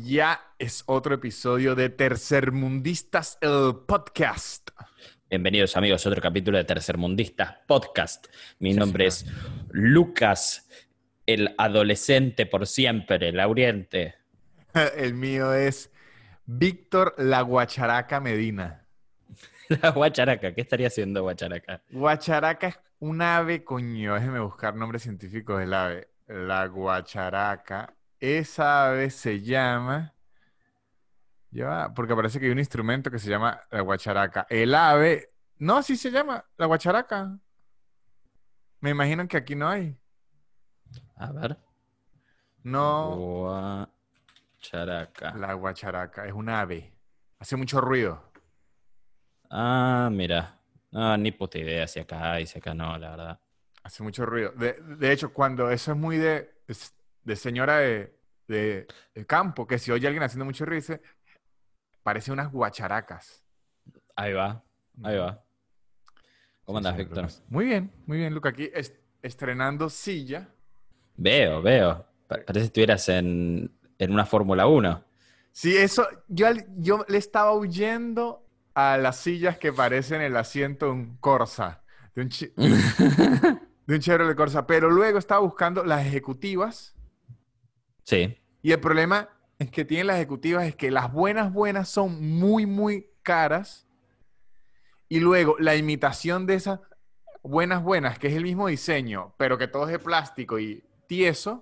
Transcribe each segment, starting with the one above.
Ya es otro episodio de Tercermundistas, el podcast. Bienvenidos amigos a otro capítulo de Tercermundistas Podcast. Mi Sí, nombre señor. es Lucas, el adolescente por siempre, Lauriente. El mío es Víctor La Guacharaca Medina. La guacharaca, ¿qué estaría haciendo guacharaca? Guacharaca es un ave, coño, déjeme buscar nombres científicos del ave. La guacharaca. Esa ave se llama... porque parece que hay un instrumento que se llama la guacharaca. El ave... No, así se llama, la guacharaca. Me imagino que aquí no hay. A ver. No, Guacharaca. la guacharaca es un ave. Hace mucho ruido. Ah, mira. No, ni puta idea si acá hay, si acá no, la verdad. Hace mucho ruido. De hecho, cuando eso es muy de señora de campo, que si oye a alguien haciendo mucho ruido, dice, parece unas guacharacas. Ahí va, ahí Ujú. va. ¿Cómo Sí, andas, señor Víctor? Lucas. Muy bien, Luca. Aquí estrenando silla. Veo. Parece que estuvieras en una Fórmula 1. Sí, eso, yo le estaba huyendo a las sillas que parecen el asiento de un Corsa, de un, chi- de un Chevrolet Corsa, pero luego estaba buscando las ejecutivas. Sí. Y el problema es que tienen las ejecutivas es que las buenas son muy caras. Y luego la imitación de esas buenas, que es el mismo diseño, pero que todo es de plástico y tieso,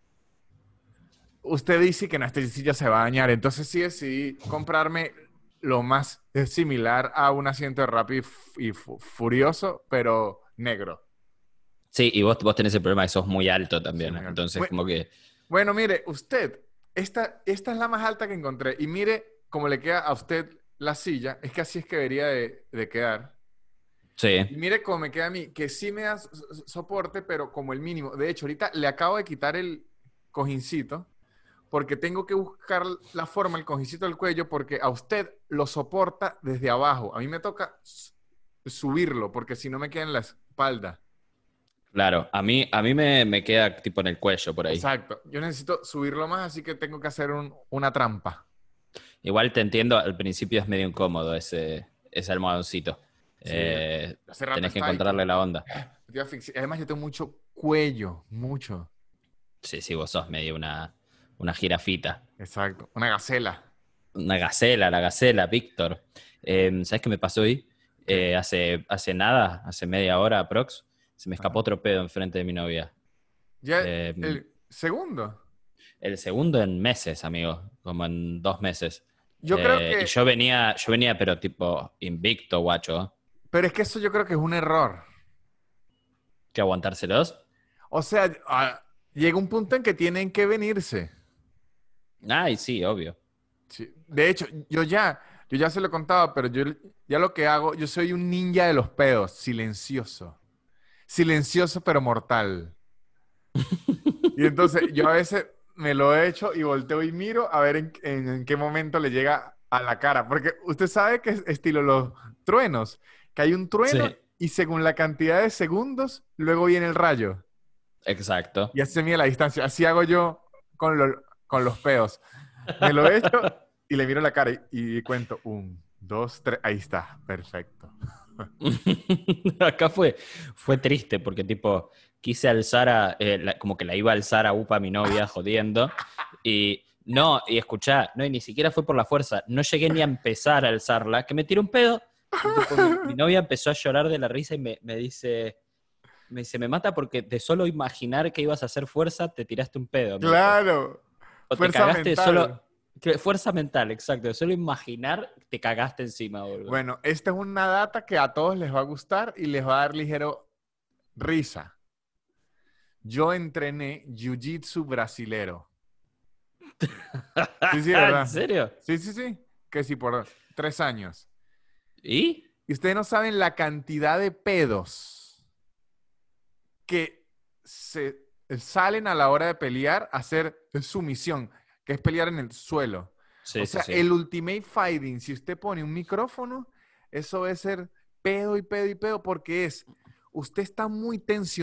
usted dice que en esta silla se va a dañar. Entonces sí decidí comprarme lo más similar a un asiento de Rápido y Furioso, pero negro. Sí, y vos tenés el problema que sos muy alto Sí, también. muy alto. Entonces, como que Bueno, mire, usted, esta es la más alta que encontré. Y mire cómo le queda a usted la silla. Es que así es que debería de quedar. sí. Y mire cómo me queda a mí, que sí me da soporte, pero como el mínimo. De hecho, ahorita le acabo de quitar el cojincito porque tengo que buscar la forma, el cojincito del cuello, porque a usted lo soporta desde abajo. A mí me toca subirlo, porque si no me queda en la espalda. Claro, a mí me queda tipo en el cuello por ahí. Exacto. Yo necesito subirlo más, así que tengo que hacer una trampa. Igual te entiendo, al principio es medio incómodo ese almohadoncito. Sí, hace rato Tenés que está ahí que encontrarle la onda. Además, yo tengo mucho cuello, mucho. Sí, vos sos medio una jirafita. Exacto. Una gacela. Una gacela, la gacela, Víctor. ¿Sabés qué me pasó hoy? ¿Qué? Hace nada, hace media hora aprox, se me escapó Ajá. otro pedo enfrente de mi novia. Ya Eh, el segundo. el segundo en meses, amigo, como en 2 meses. Yo creo Y que, yo venía, pero tipo invicto, guacho. pero es que eso yo creo que es un error. Que aguantárselos. O sea, llega un punto en que tienen que venirse. Ay, sí, obvio. Sí. De hecho, yo ya se lo he contado, pero yo ya lo que hago, yo soy un ninja de los pedos, silencioso. Silencioso pero mortal. Y entonces yo a veces me lo he hecho y volteo y miro a ver en qué momento le llega a la cara. Porque usted sabe que es estilo los truenos, que hay un trueno Sí, y según la cantidad de segundos, luego viene el rayo. exacto. Y así se mide la distancia. Así hago yo con los peos. Me lo echo y le miro la cara y cuento. 1, 2, 3. Ahí está. Perfecto. Acá fue triste porque tipo quise alzar como que la iba a alzar a Upa, mi novia, jodiendo. Y no, y escuchá, no, y ni siquiera fue por la fuerza. No llegué ni a empezar a alzarla, que me tiró un pedo. Y tipo, mi novia empezó a llorar de la risa y me dice, me mata porque de solo imaginar que ibas a hacer fuerza, te tiraste un pedo, me dijo. Claro. O te Fuerza cagaste solo. mental. Fuerza mental, exacto. De solo imaginar, te cagaste encima, boludo. Bueno, esta es una data que a todos les va a gustar y les va a dar ligero risa. Yo entrené jiu-jitsu brasilero. Sí, sí, ¿En ¿verdad? serio? Sí. Que sí, por 3 años. ¿Y? Y ustedes no saben la cantidad de pedos que se salen a la hora de pelear a hacer sumisión, que es pelear en el suelo. O Sí, sí, sea, sí. el Ultimate Fighting, si usted pone un micrófono, eso debe ser pedo y pedo y pedo, porque usted está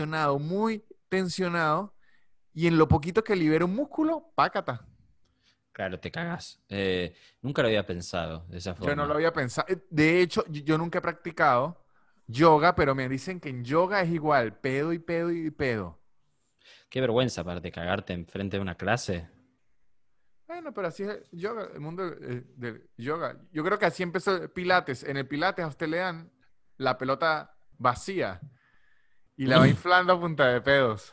muy tensionado, y en lo poquito que libera un músculo, pácata. Claro, te cagás. Nunca lo había pensado de esa Yo no lo forma. había pensado. De hecho, yo nunca he practicado yoga, pero me dicen que en yoga es igual, pedo y pedo y pedo. Qué vergüenza, aparte, cagarte enfrente de una clase. Bueno, pero así es el yoga, el mundo del yoga. Yo creo que así empezó el Pilates. En el Pilates a usted le dan la pelota vacía y la va inflando a punta de pedos.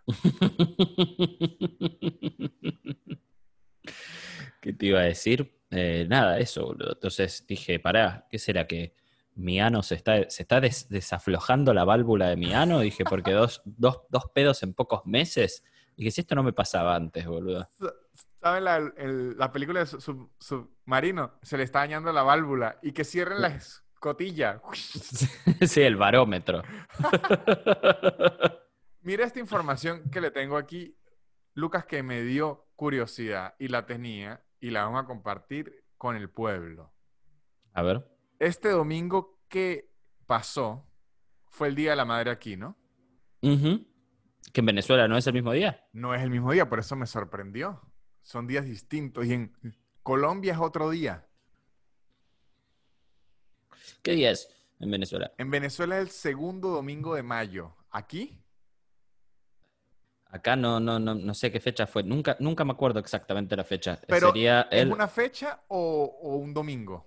¿Qué te iba a decir? Nada, eso, boludo. Entonces dije, pará, ¿qué será que mi ano se está desaflojando la válvula de mi ano? Dije, porque dos pedos en pocos meses. Dije, si esto no me pasaba antes, boludo. ¿Saben la película de Submarino? Se le está dañando la válvula y que cierren la escotilla. Sí, el barómetro. Mira esta información que le tengo aquí, Lucas, que me dio curiosidad y la tenía y la vamos a compartir con el pueblo. A ver. Este domingo que pasó fue el Día de la Madre aquí, ¿no? Ujú. ¿Que en Venezuela no es el mismo día? No es el mismo día, por eso me sorprendió. Son días distintos y en Colombia es otro día. ¿Qué día es en Venezuela? En Venezuela es el segundo domingo de mayo. ¿Aquí? Acá no sé qué fecha fue. Nunca me acuerdo exactamente la fecha. Pero Sería ¿es el una fecha o un domingo?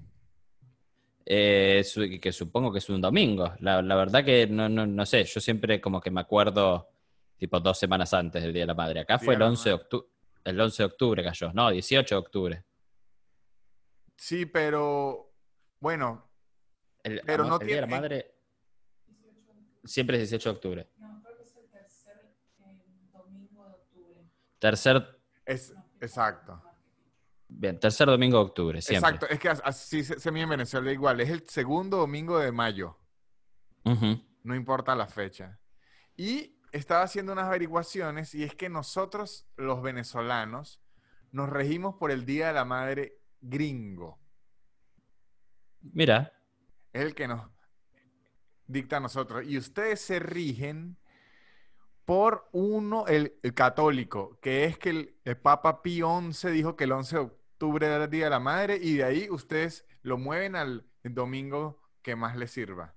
que supongo que es un domingo. La verdad que no sé. Yo siempre como que me acuerdo tipo 2 semanas antes del Día de la Madre. Acá Día fue de el la 11 de Madre. octubre. El 11 de octubre cayó. No, 18 de octubre. Sí, pero bueno, El, pero amor, no el Día de tiene. la Madre siempre es 18 de octubre. Tercer, Es exacto. bien, tercer domingo de octubre, siempre. Exacto. Es que así se mide en Venezuela igual. Es el segundo domingo de mayo. Ujú. No importa la fecha. Y estaba haciendo unas averiguaciones y es que nosotros, los venezolanos, nos regimos por el Día de la Madre gringo. Mira, Es el que nos dicta a nosotros. Y ustedes se rigen por uno, el católico, que es que el Papa Pío XI dijo que el 11 de octubre era el Día de la Madre y de ahí ustedes lo mueven al domingo que más les sirva.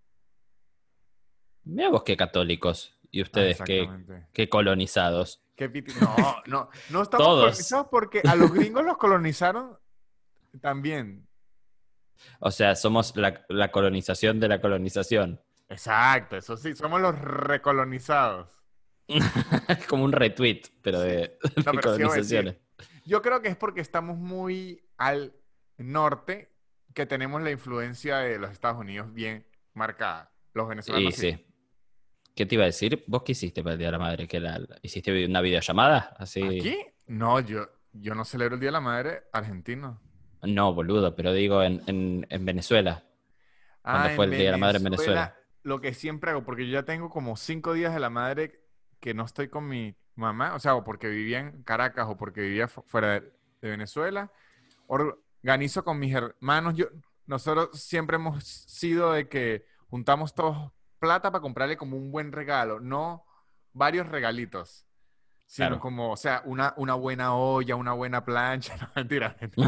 mira vos qué católicos y Ah, ustedes exactamente. qué colonizados. No, no estamos Todos. colonizados porque a los gringos los colonizaron también. O sea, somos la colonización de la colonización. Exacto, eso sí, somos los recolonizados. Es como un retweet, pero Sí. No, de pero sí voy a decir, colonizaciones. yo creo que es porque estamos muy al norte que tenemos la influencia de los Estados Unidos bien marcada. Los Y venezolanos sí. sí. ¿Qué te iba a decir? ¿Vos qué hiciste para el Día de la Madre? ¿Hiciste una videollamada? Así. ¿Aquí? No, yo no celebro el Día de la Madre argentino. No, boludo, pero digo en Venezuela. Cuando Ah, fue en el Día de la Madre en Venezuela, Venezuela. lo que siempre hago, porque yo ya tengo como 5 días de la madre que no estoy con mi mamá, o sea, o porque vivía en Caracas o porque vivía fuera de Venezuela, organizo con mis hermanos. Nosotros siempre hemos sido de que juntamos todos plata para comprarle como un buen regalo, no varios regalitos, sino Claro. como, o sea, una buena olla, una buena plancha, no, mentira, mentira.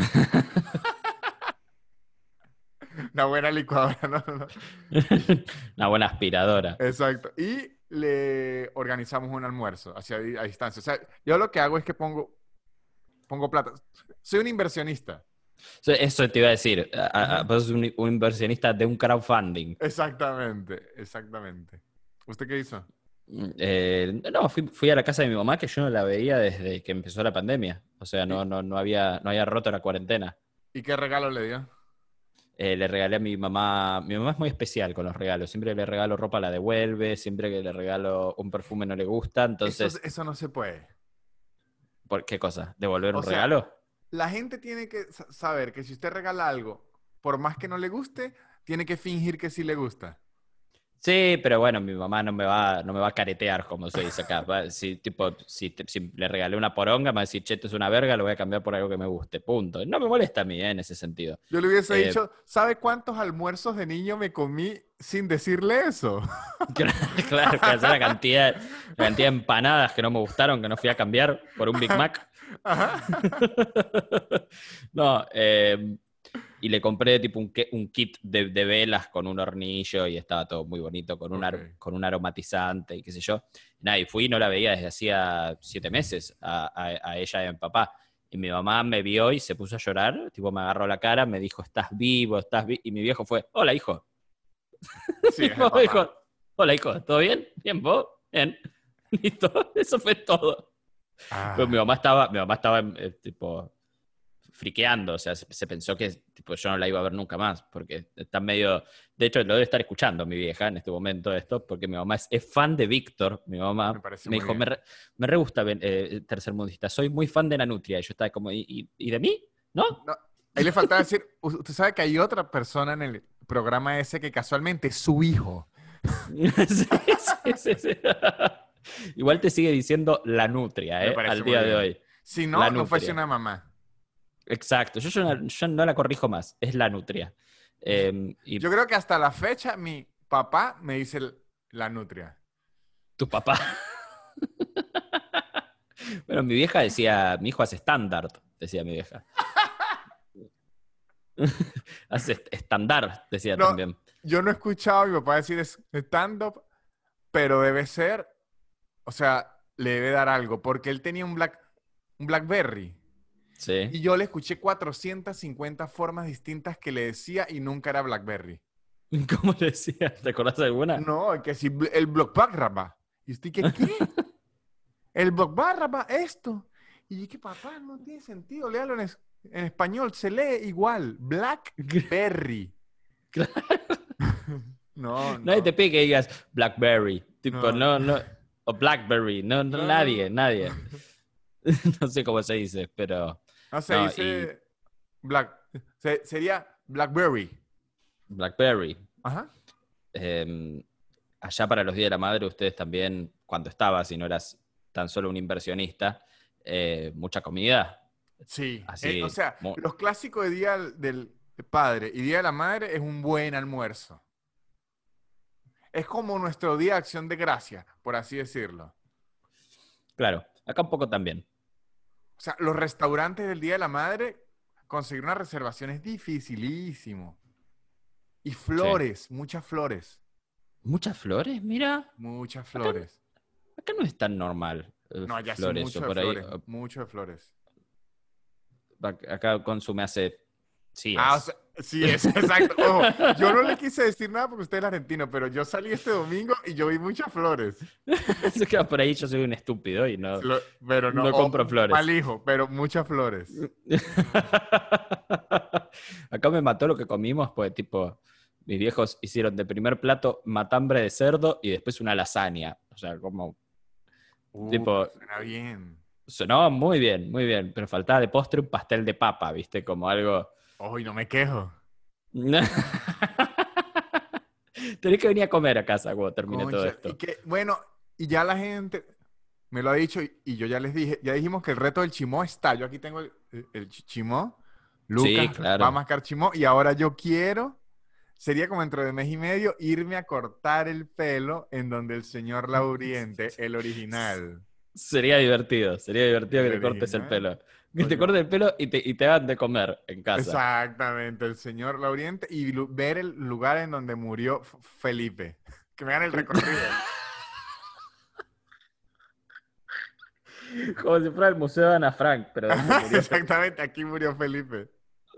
Una buena licuadora, no, no, no. Una buena aspiradora. Exacto. Y le organizamos un almuerzo hacia a distancia. O sea, yo lo que hago es que pongo plata. Soy un inversionista. Eso te iba a decir. Ajá. Vos sos un inversionista de un crowdfunding. Exactamente, exactamente. ¿Usted qué hizo? No, fui a la casa de mi mamá que yo no la veía desde que empezó la pandemia. O sea, ¿Y, no había roto la cuarentena. y qué regalo le dio? Le regalé a mi mamá. Mi mamá es muy especial con los regalos. Siempre que le regalo ropa la devuelve. Siempre que le regalo un perfume no le gusta. Entonces, Eso no se puede. ¿por qué cosa? ¿Devolver O un sea, regalo? la gente tiene que saber que si usted regala algo, por más que no le guste, tiene que fingir que sí le gusta. Sí, pero bueno, mi mamá no me va a caretear, como se dice acá. Si, tipo, si le regalé una poronga, me va a decir, che, esto es una verga, lo voy a cambiar por algo que me guste. Punto. No me molesta a mí, en ese sentido. Yo le hubiese Eh, dicho, ¿sabe cuántos almuerzos de niño me comí sin decirle eso? claro, que hacer la cantidad de empanadas que no me gustaron, que no fui a cambiar por un Big Mac. Ajá. No, y le compré tipo un kit de velas con un hornillo y estaba todo muy bonito, con Ok. con un aromatizante y qué sé yo. Nada, y fui y no la veía desde hacía 7 meses a ella y a mi papá. Y mi mamá me vio y se puso a llorar, tipo me agarró la cara, me dijo, estás vivo, estás vivo. Y mi viejo fue, hola hijo. Sí, Mi es el papá papá. dijo, hola hijo, ¿todo bien? Bien, vos, bien. Listo, eso fue todo. Pero Ah, mi mamá estaba tipo friqueando, o sea, se pensó que tipo, yo no la iba a ver nunca más, porque está medio, de hecho lo debe estar escuchando mi vieja en este momento esto, porque mi mamá es fan de Víctor, mi me mamá, parece me muy dijo, bien. me re gusta Tercermundista, soy muy fan de la nutria, y yo estaba como, ¿y de mí? ¿No? No, ahí le faltaba decir, usted sabe que hay otra persona en el programa ese que casualmente es su hijo. Sí, sí, sí, sí. Igual te sigue diciendo la nutria, Me al parece muy día de bien. hoy. Si La no, no fuese nutria. una mamá. Exacto. Yo no la corrijo más. Es la nutria. Yo, Y yo creo que hasta la fecha mi papá me dice la nutria. tu papá. Bueno, mi vieja decía, mi hijo hace estándar, decía mi vieja. Hace estándar, decía No, también. yo no he escuchado a mi papá decir stand-up, pero debe ser, o sea, le debe dar algo, porque él tenía un BlackBerry. Sí. Y yo le escuché 450 formas distintas que le decía y nunca era BlackBerry. ¿Cómo le decía? ¿Te acordás de alguna? No, que si el Blockback. Y usted, ¿qué? El Blockback, esto. Y yo, que papá, no tiene sentido, léalo en español, se lee igual, Blackberry. No, Nadie te no, pide que digas Blackberry. Tipo, no, no, no. O Blackberry. No, no, no, no, nadie, no. nadie. No sé cómo se dice, pero. No, se No, y dice Black, sería Blackberry. Blackberry. Ajá. Eh, allá para los Días de la Madre, ustedes también, cuando estabas y no eras tan solo un inversionista, mucha comida. Sí, o Así. sea, los clásicos de Día del Padre y Día de la Madre es un buen almuerzo. Es como nuestro Día de Acción de Gracia, por así decirlo. Claro, acá un poco también. O sea, los restaurantes del Día de la Madre, conseguir una reservación es dificilísimo. Y Sí. flores, muchas flores, ¿Muchas flores? Mira. muchas Acá, flores. acá no es tan normal No, allá sí flores o mucho de por ahí. flores, mucho de flores. Acá consume hace Ah, o días. sea, sí, es exacto. Ojo, yo no le quise decir nada porque usted es argentino, pero yo salí este domingo y yo vi muchas flores. Es que por ahí yo soy un estúpido y no, Pero no, no compro mal flores. hijo, pero muchas flores. Acá me mató lo que comimos, pues tipo, mis viejos hicieron de primer plato matambre de cerdo y después una lasaña. O sea, como, tipo, Suena bien. sonaba muy bien, pero faltaba de postre un pastel de papa, ¿viste? Como algo... Ojo, y no me quejo. Tenés que venir a comer a casa cuando termine todo Concha, y esto. que, bueno, y ya la gente me lo ha dicho y yo ya les dije, ya dijimos que el reto del chimó está. Yo aquí tengo el chimó, Sí, Lucas va a claro. mascar chimó y ahora yo quiero, sería como dentro de mes y medio, irme a cortar el pelo en donde el señor Lauriente, el original. Sería divertido El que te cortes el original. pelo. Que te Coño, cortes el pelo y te hagan de comer en casa. exactamente, el señor Lauriente y ver el lugar en donde murió Felipe. Que me hagan el recorrido. Como si fuera el Museo de Ana Frank, pero ¿dónde murió Felipe? Exactamente, aquí murió Felipe.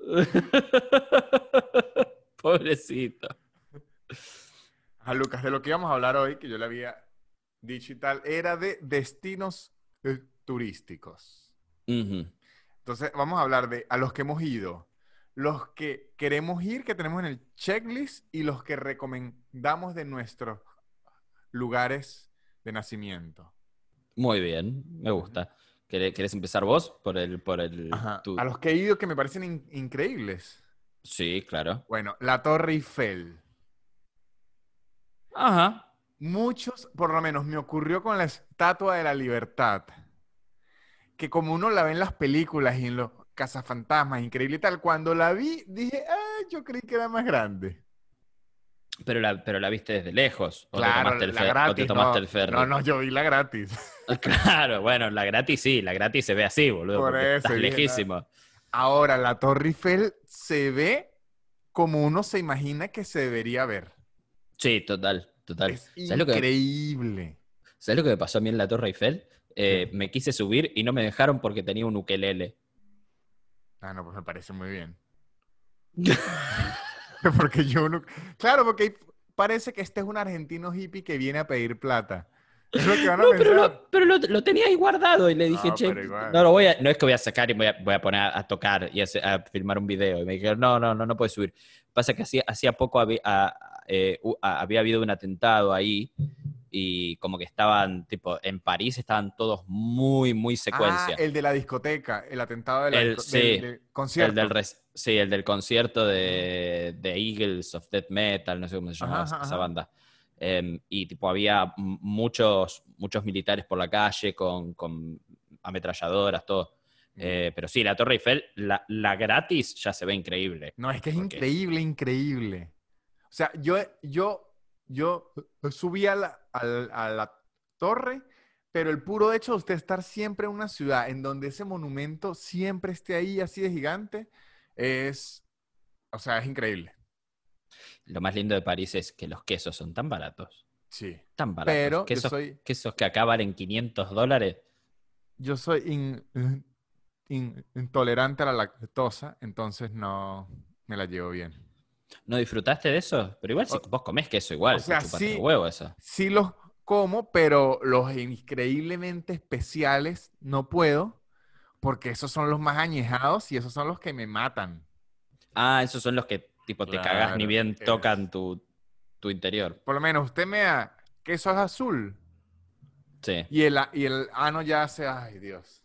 Pobrecito. A Lucas, de lo que íbamos a hablar hoy, que yo le había dicho y tal, era de destinos turísticos. Ujú. Entonces, vamos a hablar de a los que hemos ido, los que queremos ir, que tenemos en el checklist, y los que recomendamos de nuestros lugares de nacimiento. Muy bien, me Ujú. gusta. ¿Querés empezar vos por el Ajá. A tu... los que he ido que me parecen increíbles. Sí, claro. Bueno, la Torre Eiffel. Ajá. Muchos, por lo menos me ocurrió con la Estatua de la Libertad, que como uno la ve en las películas y en los cazafantasmas, increíble y tal, cuando la vi dije, ah, yo creí que era más grande. Pero la viste desde lejos, o te Claro, tomaste la o te gratis, tomaste no, el no, ferry. no, yo vi la gratis. Claro, bueno, la gratis sí, la gratis se ve así, boludo, Por porque eso estás dije, no. lejísimo. Ahora, la Torre Eiffel se ve como uno se imagina que se debería ver. Sí, total, total. Es increíble. ¿Sabes lo que me pasó a mí en la Torre Eiffel? ¿Qué? Me quise subir y no me dejaron porque tenía un ukelele. Ah, no, pues me parece muy bien. Porque yo no... Claro, porque parece que este es un argentino hippie que viene a pedir plata. Es lo que van No, a pero, pensar. lo tenía ahí guardado y le dije, No, che, pero igual. no no es que voy a sacar y voy a poner a tocar y a filmar un video. Y me dijeron, no puedes subir. Pasa que hacía poco había habido un atentado ahí y como que estaban, tipo, en París estaban todos muy, muy Ah, secuencia. el de la discoteca, el atentado de la Sí, del concierto. sí, el del concierto de Eagles of Death Metal, no sé cómo se Ajá, llamaba ajá, esa ajá. banda. Y tipo había muchos militares por la calle con ametralladoras, todo. Pero sí, la Torre Eiffel, la gratis ya se ve increíble. No, es que es Porque, increíble, increíble. O sea, yo subí a la torre, pero el puro hecho de usted estar siempre en una ciudad en donde ese monumento siempre esté ahí así de gigante, es, o sea, es increíble. lo más lindo de París es que los quesos son tan baratos, Sí. tan baratos. Pero Quesos que acá valen $500. yo soy intolerante a la lactosa, entonces no me la llevo bien. ¿No disfrutaste de eso? Pero igual si O, vos comés queso o igual, te sea, chupa tres sí, huevos eso. sí los como, pero los increíblemente especiales no puedo, porque esos son los más añejados y esos son los que me matan. Ah, esos son los que tipo te cagás ni Claro, bien es. tocan tu interior. Por lo menos usted me da queso es azul Sí. y y el ano ya hace, ay Dios,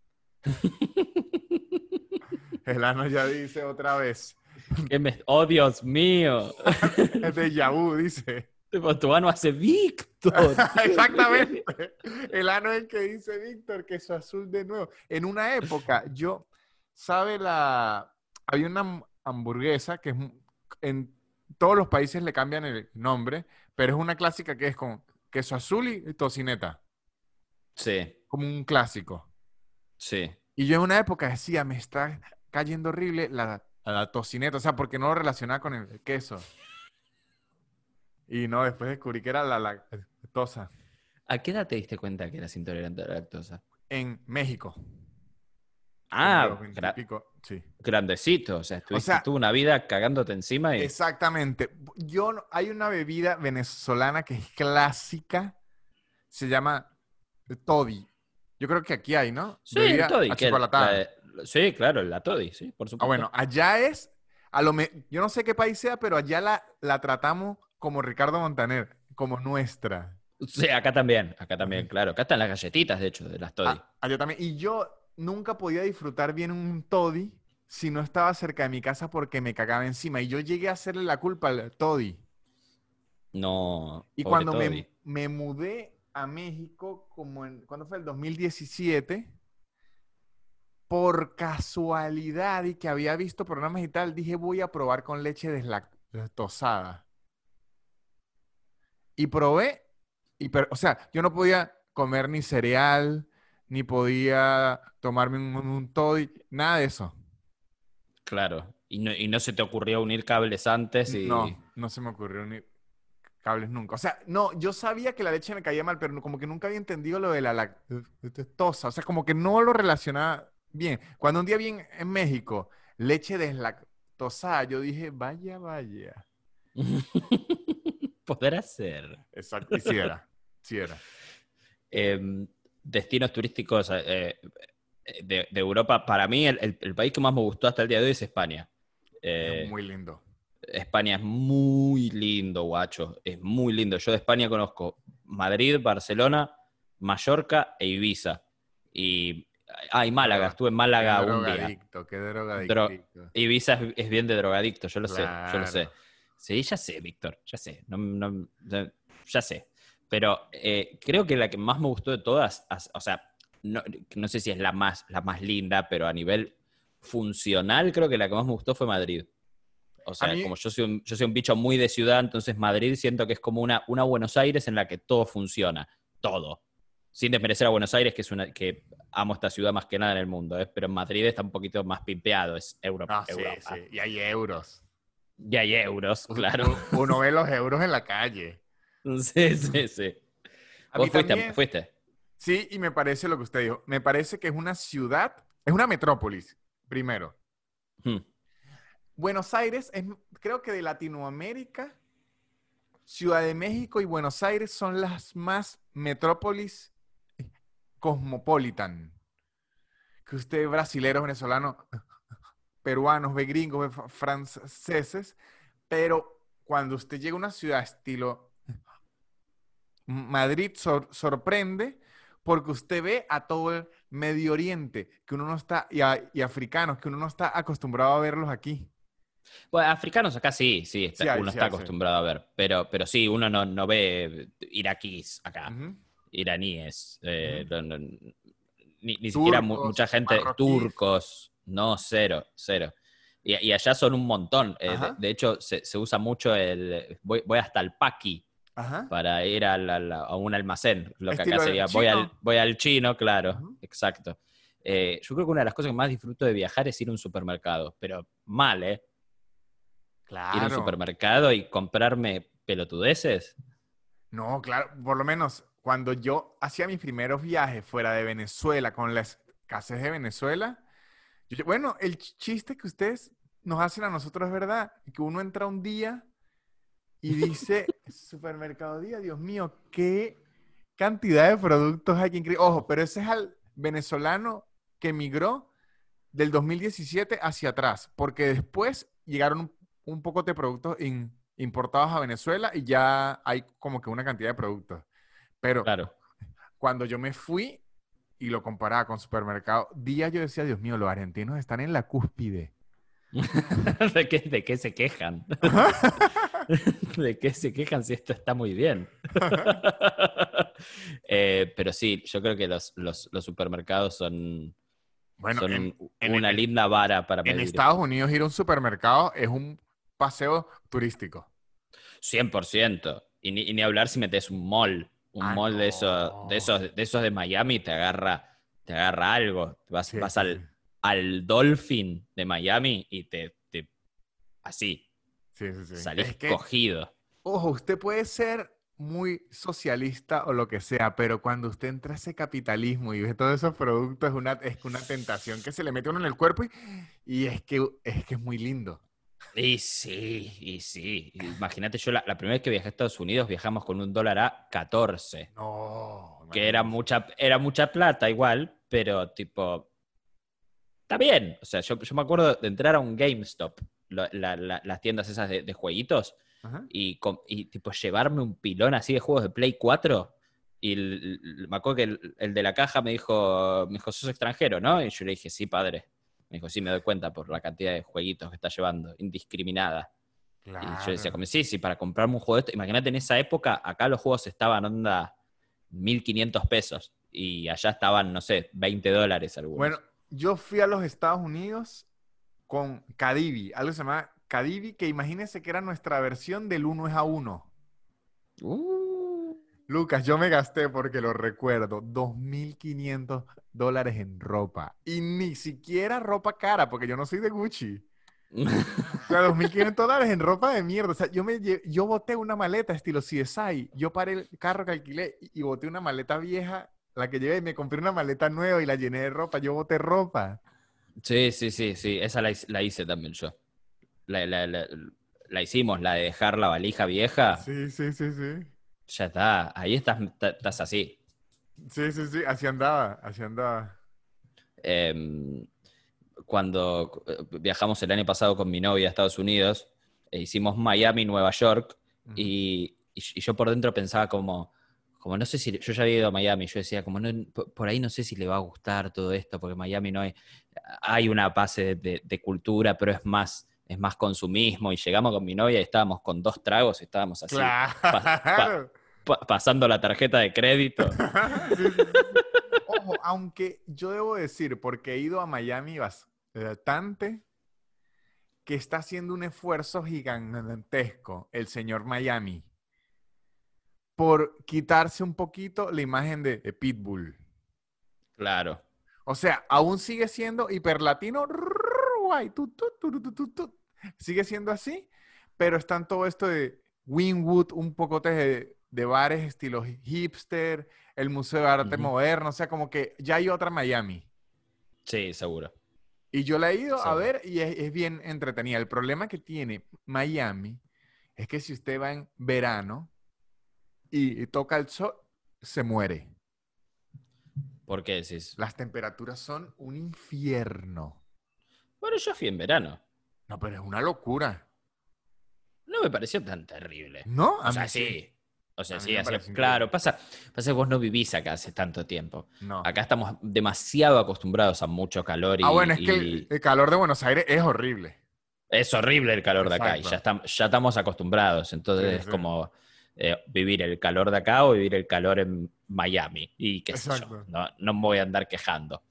el ano ya dice otra vez. ¡Oh, Dios mío! Es de vu, dice. Tipo, tu ano hace Víctor. Exactamente. El ano es el que dice Víctor, queso azul de nuevo. En una época, ¿sabe había una hamburguesa que en todos los países le cambian el nombre, pero es una clásica que es con queso azul y tocineta, Sí, como un clásico. sí. Y yo en una época decía, me está cayendo horrible la tocineta, o sea, porque no lo relacionaba con el queso. Y no, después descubrí que era la lactosa. ¿A qué edad te diste cuenta que eras intolerante a la lactosa? En México, como a los Ah, 20 y pico, sí. grandecito. O sea, O estuviste sea, toda una vida cagándote encima y... exactamente. Hay una bebida venezolana que es clásica, se llama toddy. Yo creo que aquí hay, ¿no? Sí, el Bebida toddy. achocolatada. Sí, claro, la toddy, sí, por Ah, supuesto. bueno, allá es, yo no sé qué país sea, pero allá la tratamos como Ricardo Montaner, como nuestra. Sí, acá también, claro. Acá están las galletitas, de hecho, de las toddy. Allá también. Y yo nunca podía disfrutar bien un toddy si no estaba cerca de mi casa porque me cagaba encima. Y yo llegué a hacerle la culpa al toddy. No, Y pobre cuando toddy. me mudé a México, ¿cuándo fue? El 2017, por casualidad y que había visto programas y tal, dije voy a probar con leche deslactosada. Y probé, o sea, yo no podía comer ni cereal, ni podía tomarme un toddy, nada de eso. Claro. Y no se te ocurrió unir cables antes y... No, no se me ocurrió ni cables nunca. O sea, no, yo sabía que la leche me caía mal, pero como que nunca había entendido lo de la lactosa. O sea, como que no lo relacionaba bien. Cuando un día vi en México leche deslactosada, yo dije, vaya, vaya. Podrá ser. Exacto. Y sí era, sí era. Destinos turísticos de Europa, para mí el país que más me gustó hasta el día de hoy es España. Es Eh, muy lindo. España es muy lindo, guacho. Es muy lindo. Yo de España conozco Madrid, Barcelona, Mallorca e Ibiza. Y Málaga. Droga. Estuve en Qué Málaga un día. drogadicto, qué Dro- drogadictico. Ibiza es bien de drogadicto, yo lo sé, yo lo sé. Claro. Sí, ya sé, Víctor, ya sé. No, ya sé. Pero creo que la que más me gustó de todas, o sea, no sé si es la más linda, pero a nivel funcional creo que la que más me gustó fue Madrid. O A sea, mí, como yo soy un bicho muy de ciudad, entonces Madrid siento que es como una Buenos Aires en la que todo funciona, todo. Sin desmerecer a Buenos Aires, que amo esta ciudad más que nada en el mundo, pero en Madrid está un poquito más pimpeado, es no, sí, Europa. sí. Y hay euros. Y hay euros, claro. Uno ve los euros en la calle. Sí, sí, sí. A mí ¿Vos fuiste? también, ¿Fuiste? sí, y me parece lo que usted dijo. Me parece que es una ciudad, es una metrópolis, primero. Hmm. Buenos Aires es, creo que de Latinoamérica, Ciudad de México y Buenos Aires son las más metrópolis cosmopolitan. Que usted, brasileros, venezolanos, peruanos, ve gringos, ve franceses, pero cuando usted llega a una ciudad estilo Madrid, sorprende porque usted ve a todo el Medio Oriente que uno no está, y africanos que uno no está acostumbrado a verlos aquí. Bueno, africanos acá sí, Sí hay, uno sí está hay, sí. acostumbrado a ver, pero sí, uno no ve iraquíes acá, Ujú, iraníes, ujú. ni siquiera Turcos, mucha gente, marroquíes. turcos, no, cero, cero. Y allá son un montón. Ajá, De hecho, se usa mucho voy hasta el paqui ajá. para ir a un almacén, lo que acá Estilo sería chino. voy al chino, claro, Ujú. exacto. Yo creo que una de las cosas que más disfruto de viajar es ir a un supermercado, pero mal, ¿eh? Ir a un Claro. supermercado y comprarme pelotudeces. No, claro. Por lo menos cuando yo hacía mis primeros viajes fuera de Venezuela, con la escasez de Venezuela, bueno, el chiste que ustedes nos hacen a nosotros es verdad, que uno entra un día y dice, supermercado día, Dios mío, qué cantidad de productos hay que increíble. Ojo, pero ese es al venezolano que emigró del 2017 hacia atrás, porque después llegaron un poco de productos importados a Venezuela y ya hay como que una cantidad de productos. Pero Claro. cuando yo me fui y lo comparaba con supermercado, día yo decía, Dios mío, los argentinos están en la cúspide. De qué se quejan? ¿De qué se quejan si esto está muy bien? Pero sí, yo creo que los supermercados Bueno, son una linda vara para en medir. Estados Unidos ir a un supermercado es un paseo turístico. 100%. Y ni hablar si metes un Ah, mall no. de esos de Miami, te agarra algo. Sí, Vas sí, sí. al Dolphin de Miami y así, Sí, sí, sí. salís Es que, cogido. ojo, usted puede ser muy socialista o lo que sea, pero cuando usted entra a ese capitalismo y ve todos esos productos, es una tentación que se le mete a uno en el cuerpo y es que es muy lindo. Y sí. Imagínate, yo la primera vez que viajé a Estados Unidos viajamos con $1 a 14, No, que imagínese. era mucha plata igual, pero tipo, está bien. O sea, yo me acuerdo de entrar a un GameStop, las tiendas esas de jueguitos, Ajá. y tipo llevarme un pilón así de juegos de Play 4. Y me acuerdo que el de la caja me dijo, sos extranjero, ¿no? Y yo le dije, sí, padre. Me dijo, sí, me doy cuenta por la cantidad de jueguitos que está llevando, indiscriminada. Y yo decía, Claro. como, sí, para comprarme un juego de esto. Imagínate, en esa época, acá los juegos estaban onda 1.500 pesos. Y allá estaban, no sé, $20 Bueno, algunos. yo fui a los Estados Unidos con Cadivi, algo que se llama Cadivi, que imagínese que era nuestra versión del 1 es a 1. Uh. Lucas, yo me gasté, porque lo recuerdo, $2.500 en ropa. Y ni siquiera ropa cara, porque yo no soy de Gucci. O sea, $2.500 en ropa de mierda. O sea, yo boté una maleta estilo CSI. Yo paré el carro que alquilé y boté una maleta vieja, la que llevé, y me compré una maleta nueva y la llené de ropa. Yo boté ropa. Sí, sí, sí, sí. Esa la hice también yo. La, la- la- la hicimos, la de dejar la valija vieja. Sí, sí, sí, sí. Ya está. Ahí estás así. Sí, sí, sí. Así andaba, así andaba. Em, Cuando viajamos el año pasado con mi novia a Estados Unidos, hicimos Miami, Nueva York, Ujú. y yo por dentro pensaba como no sé si, yo ya había ido a Miami, yo decía, como no, por ahí no sé si le va a gustar todo esto, porque Miami no hay una base de cultura, pero es más consumismo, y llegamos con mi novia y estábamos con 2 tragos y estábamos así, Claro. pasando la tarjeta de crédito. Sí, sí, sí. Ojo, aunque yo debo decir, porque he ido a Miami bastante, que está haciendo un esfuerzo gigantesco el señor Miami por quitarse un poquito la imagen de Pitbull. Claro. O sea, aún sigue siendo hiperlatino, guay, sigue siendo así, pero están todo esto de Wynwood, un poco de bares estilo hipster, el Museo de Arte Ujú. Moderno, o sea, como que ya hay otra Miami. Sí, seguro. Y yo la he ido a Seguro. ver y es bien entretenida. El problema que tiene Miami es que si usted va en verano y toca el sol, se muere. ¿Por qué decís? Las temperaturas son un infierno. Bueno, yo fui en verano. No, pero es una locura. No me pareció tan terrible. ¿No? O A sea, mí sí. sí. O sea, A mí sí, me hacía. parece Claro, increíble. pasa que vos no vivís acá hace tanto tiempo. No. Acá estamos demasiado acostumbrados a mucho calor Ah, bueno, es que y el calor de Buenos Aires es horrible. es horrible el calor de acá y Exacto. ya estamos acostumbrados. Sí, Entonces es sí. como vivir el calor de acá o vivir el calor en Miami. Y qué sé yo. Exacto. No me voy a andar quejando.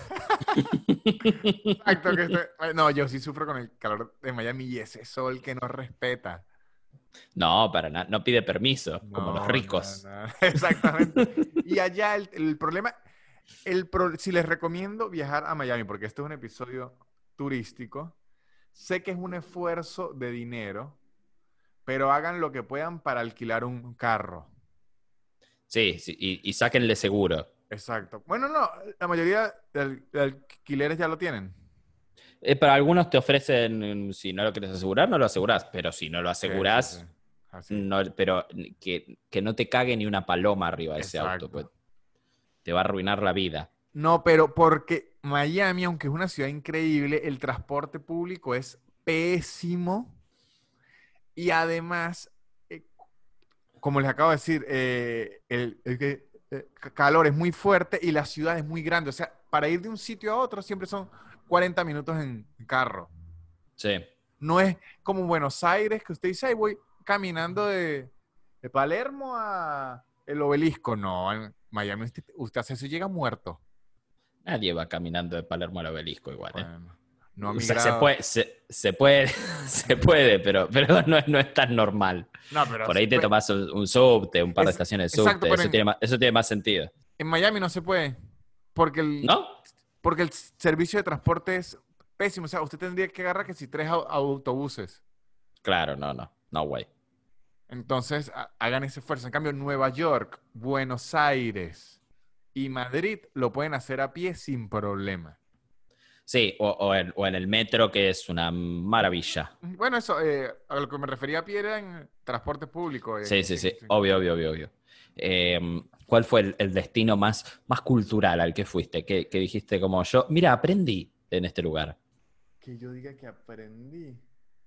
Exacto. No, yo sí sufro con el calor de Miami y ese sol que no respeta. No, para nada. No pide permiso, como los No, no, ricos. no. Exactamente. Y allá el problema, si les recomiendo viajar a Miami, porque este es un episodio turístico, sé que es un esfuerzo de dinero, pero hagan lo que puedan para alquilar un carro. Sí, sí, y sáquenle seguro. Exacto. Bueno, no, la mayoría de alquileres ya lo tienen. Para algunos te ofrecen, si no lo quieres asegurar, no lo asegurás, pero si no lo Sí, sí, sí. asegurás, Así. no, pero que no te cague ni una paloma arriba de ese auto, pues Exacto. te va a arruinar la vida. No, pero porque Miami, aunque es una ciudad increíble, el transporte público es pésimo y además, como les acabo de decir, calor es muy fuerte y la ciudad es muy grande. O sea, para ir de un sitio a otro siempre son 40 minutos en carro. Sí. No es como Buenos Aires, que usted dice, ay, voy caminando de Palermo a el Obelisco. No, en Miami usted hace eso y llega muerto. Nadie va caminando de Palermo al Obelisco igual, ¿eh? Bueno, no a O mi sea, grado. se puede, se puede, pero no es tan normal. No, pero Por ahí te pues, tomás un subte, un par de estaciones de exacto, subte, pero eso tiene más sentido. en Miami no se puede, porque ¿No? porque el servicio de transporte es pésimo. O sea, usted tendría que agarrar que si tres autobuses. Claro, no, güey. Entonces, hagan ese esfuerzo. En cambio, Nueva York, Buenos Aires y Madrid lo pueden hacer a pie sin problema. Sí, o en el metro, que es una maravilla. Bueno, eso, a lo que me refería a pie era en transporte público. Sí, sí, Sí, sí, sí. obvio. ¿Cuál fue el destino más cultural al que fuiste? Que dijiste como yo, mira, aprendí en este lugar. Que yo diga que aprendí.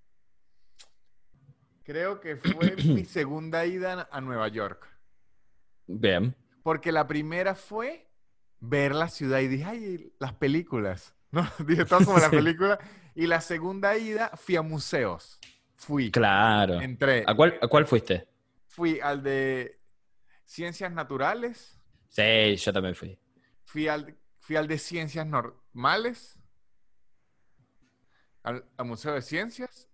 Creo que fue mi segunda ida a Nueva York. Bien. Porque la primera fue ver la ciudad y dije, ay, las películas. ¿No? Dije todo como la Sí, película. Y la segunda ida fui a museos. claro. Entré. ¿A cuál fuiste? Fui al de Ciencias Naturales. Sí, yo también fui. Fui al de Ciencias Normales. Al Museo de Ciencias.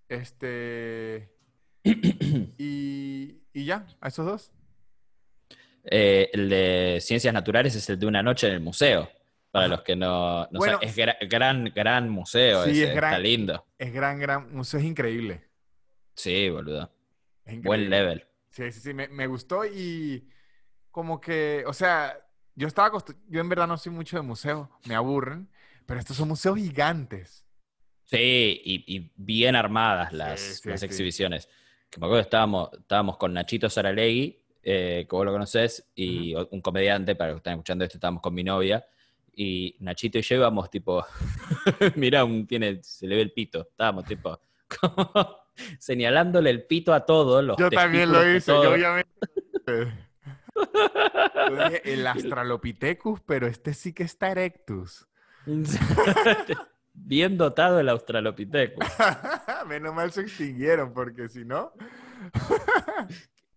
Y ya, a esos dos. El de Ciencias Naturales es el de una noche en el museo. Para Ajá. los que no saben, Bueno, es gran museo sí, ese, está lindo. es gran museo, es increíble. Sí, boludo. Es Buen increíble. level. Sí, sí, sí, me gustó y como que, o sea, yo en verdad no soy mucho de museos, me aburren, pero estos son museos gigantes. Sí, y bien armadas Sí, sí, las sí. exhibiciones. Que me acuerdo que estábamos con Nachito Saralegui, que vos lo conocés, Ujú. y un comediante, para los que están escuchando esto, estábamos con mi novia, y Nachito y yo íbamos tipo, mirá, se le ve el pito. Estábamos tipo, como señalándole el pito a todos, los Yo también lo testículos a hice, yo todos. obviamente. Yo dije el Australopithecus, pero este sí que está erectus. Bien dotado el Australopithecus. Menos mal se extinguieron, porque si no.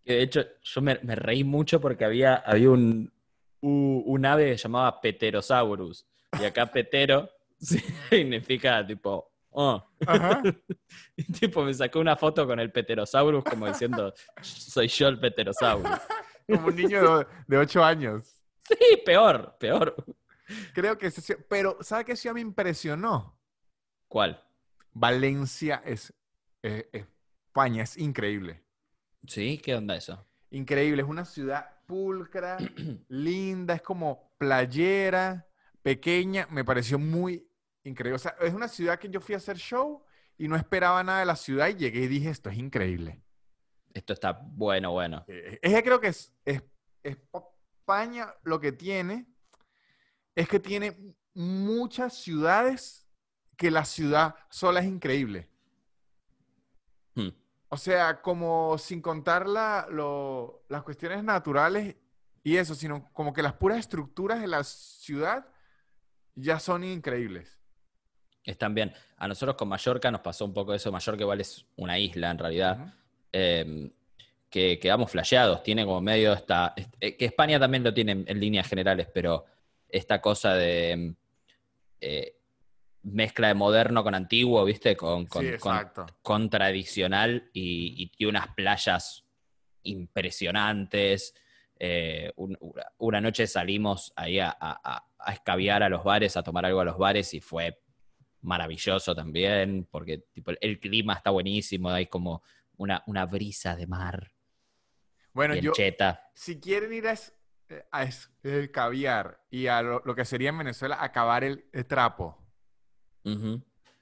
Que de hecho, yo me reí mucho porque había un ave que se llamaba Pterosaurus. Y acá Petero significa tipo, oh. Ajá. Y tipo, me sacó una foto con el Pterosaurus como diciendo, soy yo el Pterosaurus. Como un niño de 8 años. Sí, peor, peor. Creo que pero ¿sabe qué ciudad me impresionó? ¿Cuál? Valencia España, es increíble. ¿Sí? ¿Qué onda eso? Increíble, es una ciudad pulcra, linda, es como playera, pequeña, me pareció muy increíble. O sea, es una ciudad que yo fui a hacer show y no esperaba nada de la ciudad y llegué y dije, esto es increíble. Esto está bueno, bueno. Es que creo que España lo que tiene es que tiene muchas ciudades que la ciudad sola es increíble. Hmm. O sea, como sin contar las cuestiones naturales y eso, sino como que las puras estructuras de la ciudad ya son increíbles. Están bien. A nosotros con Mallorca nos pasó un poco eso. Mallorca igual es una isla en realidad. Ujú. Que quedamos flasheados. Tiene como medio que España también lo tiene en líneas generales, pero esta cosa de eh, mezcla de moderno con antiguo, ¿viste? Sí, exacto. Con tradicional y tiene unas playas impresionantes. Una noche salimos ahí a escabiar a los bares, a tomar algo a los bares y fue maravilloso también, porque tipo, el clima está buenísimo, hay como una brisa de mar Bueno, bien cheta. si quieren ir el caviar y a lo que sería en Venezuela acabar el trapo, Ujú.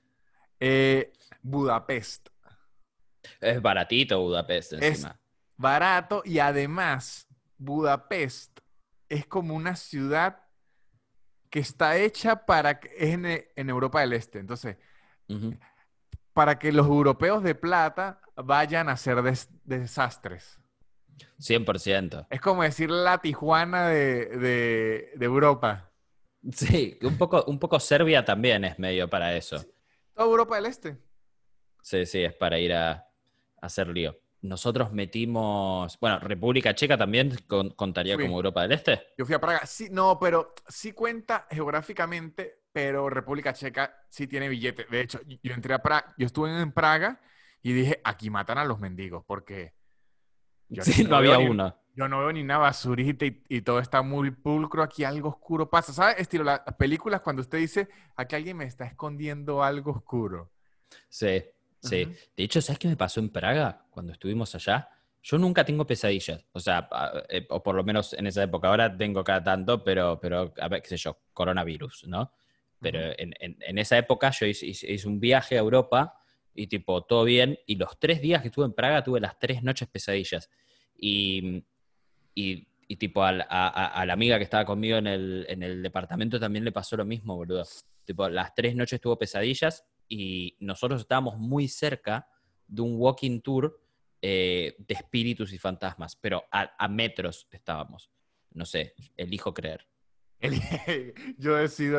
Budapest Es baratito Budapest es encima. barato y además Budapest es como una ciudad que está hecha en Europa del Este. Entonces, Ujú. para que los europeos de plata vayan a hacer desastres. 100%. Es como decir la Tijuana de Europa. Sí, un poco Serbia también es medio para eso. Sí, toda Europa del Este. Sí, sí, es para ir a hacer lío. Nosotros metimos, bueno, República Checa también contaría como Fui. Europa del Este. Yo fui a Praga. Sí, no, pero sí cuenta geográficamente, pero República Checa sí tiene billete. De hecho, yo entré a Praga, yo estuve en Praga y dije, aquí matan a los mendigos, porque Sí, yo no no veo había ni, uno. yo no veo ni una basurita y todo está muy pulcro, aquí algo oscuro pasa. ¿Sabes? Estilo las películas cuando usted dice, aquí alguien me está escondiendo algo oscuro. Sí, sí. Ujú. De hecho, ¿sabes qué me pasó en Praga cuando estuvimos allá? Yo nunca tengo pesadillas, o sea, o por lo menos en esa época. Ahora tengo cada tanto, pero a ver, qué sé yo, coronavirus, ¿no? Pero Ujú. en esa época yo hice un viaje a Europa y tipo, todo bien. Y los 3 días que estuve en Praga tuve las 3 noches pesadillas. Y, y tipo, a la amiga que estaba conmigo en el departamento también le pasó lo mismo, boludo. Tipo, las 3 noches tuvo pesadillas y nosotros estábamos muy cerca de un walking tour de espíritus y fantasmas, pero a metros estábamos. No sé, elijo creer. El- Yo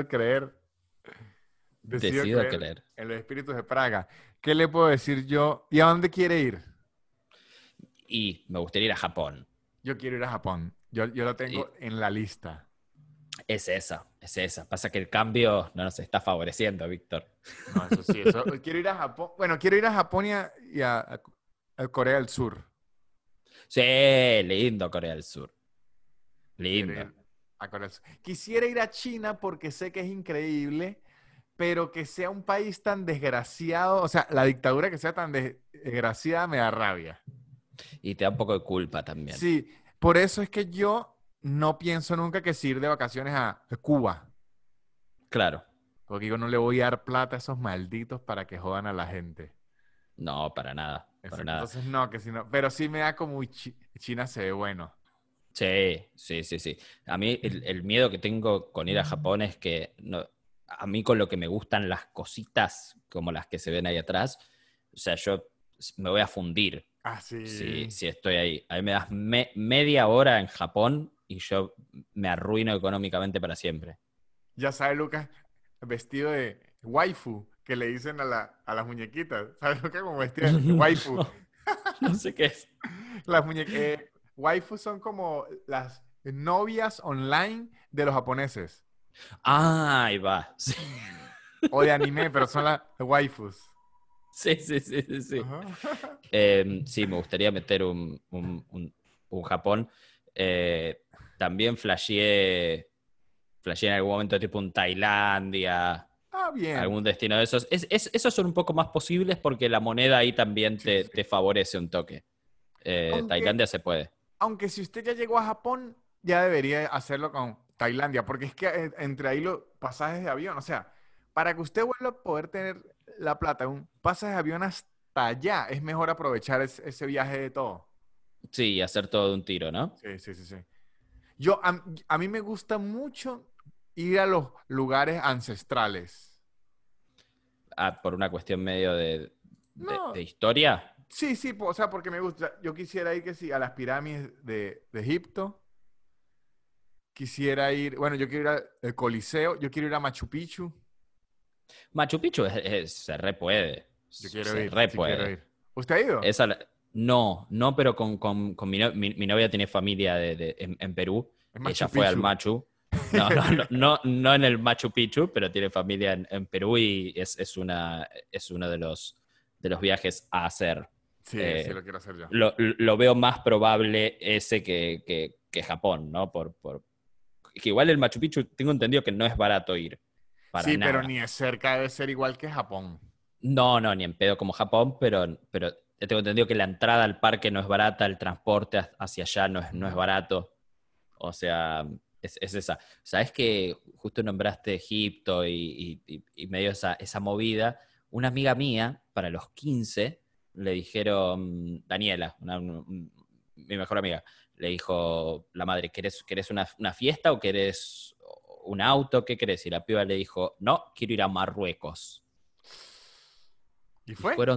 decido Decido creer creer. en los espíritus de Praga. ¿Qué le puedo decir yo? ¿Y a dónde quiere ir? Y me gustaría ir a Japón. Yo quiero ir a Japón. Yo lo Y tengo en la lista. es esa, es esa. Pasa que el cambio no nos está favoreciendo, Víctor. No, eso sí, eso. Quiero ir a Japón. Bueno, quiero ir a Japón a Corea del Sur. Sí, lindo Corea del Sur. Quiero Lindo. ir a Corea del Sur. Quisiera ir a China porque sé que es increíble, pero que sea un país tan desgraciado, o sea, la dictadura que sea tan desgraciada me da rabia. Y te da un poco de culpa también. Sí, por eso es que yo no pienso nunca que si ir de vacaciones a Cuba. Claro. Porque yo no le voy a dar plata a esos malditos para que jodan a la gente. No, para nada, para Exacto. nada. Entonces, no, que si no. Pero sí me da como China se ve bueno. Sí, sí, sí, sí. A mí el miedo que tengo con ir a Japón es que a mí con lo que me gustan las cositas como las que se ven ahí atrás, o sea, yo me voy a fundir Ah, sí. si estoy ahí. A mí me das media hora en Japón y yo me arruino económicamente para siempre. Ya sabe, Lucas, vestido de waifu, que le dicen a las muñequitas. ¿Sabes, Lucas? Como vestido de waifu. No, no sé qué es. Las muñecas. Waifus son como las novias online de los japoneses. Ah, ahí va. Sí, O de anime, pero son las waifus. sí, sí, sí, sí, sí. Ajá. Sí, me gustaría meter un Japón. Eh, también flasheé en algún momento tipo un Tailandia, Ah, bien. algún destino de esos. Esos son un poco más posibles porque la moneda ahí también Sí, te sí. favorece un toque. Aunque, Tailandia se puede. aunque si usted ya llegó a Japón, ya debería hacerlo con Tailandia, porque es que entre ahí los pasajes de avión, o sea, para que usted vuelva a poder tener la plata, un pasaje de avión hasta allá, es mejor aprovechar ese viaje de todo. Sí, hacer todo de un tiro, ¿no? Sí, sí, sí, sí. A mí me gusta mucho ir a los lugares ancestrales. Ah, por una cuestión medio de No, historia. sí, sí, o sea, porque me gusta. Yo quisiera ir, que sí, a las pirámides de Egipto. Quisiera ir, bueno, yo quiero ir al Coliseo, yo quiero ir a Machu Picchu. Machu Picchu se re puede. Yo quiero Se ir, re sí quiero puede. ir. ¿Usted ha ido? No, no, pero con mi novia tiene familia en Perú. Es Machu Ella fue al Picchu. Machu. No, no, no, no, no en el Machu Picchu, pero tiene familia en Perú y es uno de los viajes a hacer. Sí, sí Eh, lo quiero hacer yo. lo veo más probable ese que Japón, ¿no? Que igual el Machu Picchu tengo entendido que no es barato ir, para Sí, pero nada. ni es cerca, debe ser igual que Japón. No, no, ni en pedo como Japón, pero tengo entendido que la entrada al parque no es barata, el transporte hacia allá no es barato. O sea, es esa. Sabes que justo nombraste Egipto y medio esa movida. Una amiga mía, para los 15 le dijeron, Daniela, mi mejor amiga, le dijo la madre, ¿querés una fiesta o querés un auto? ¿Qué querés? Y la piba le dijo, no, quiero ir a Marruecos. ¿Y Y fue?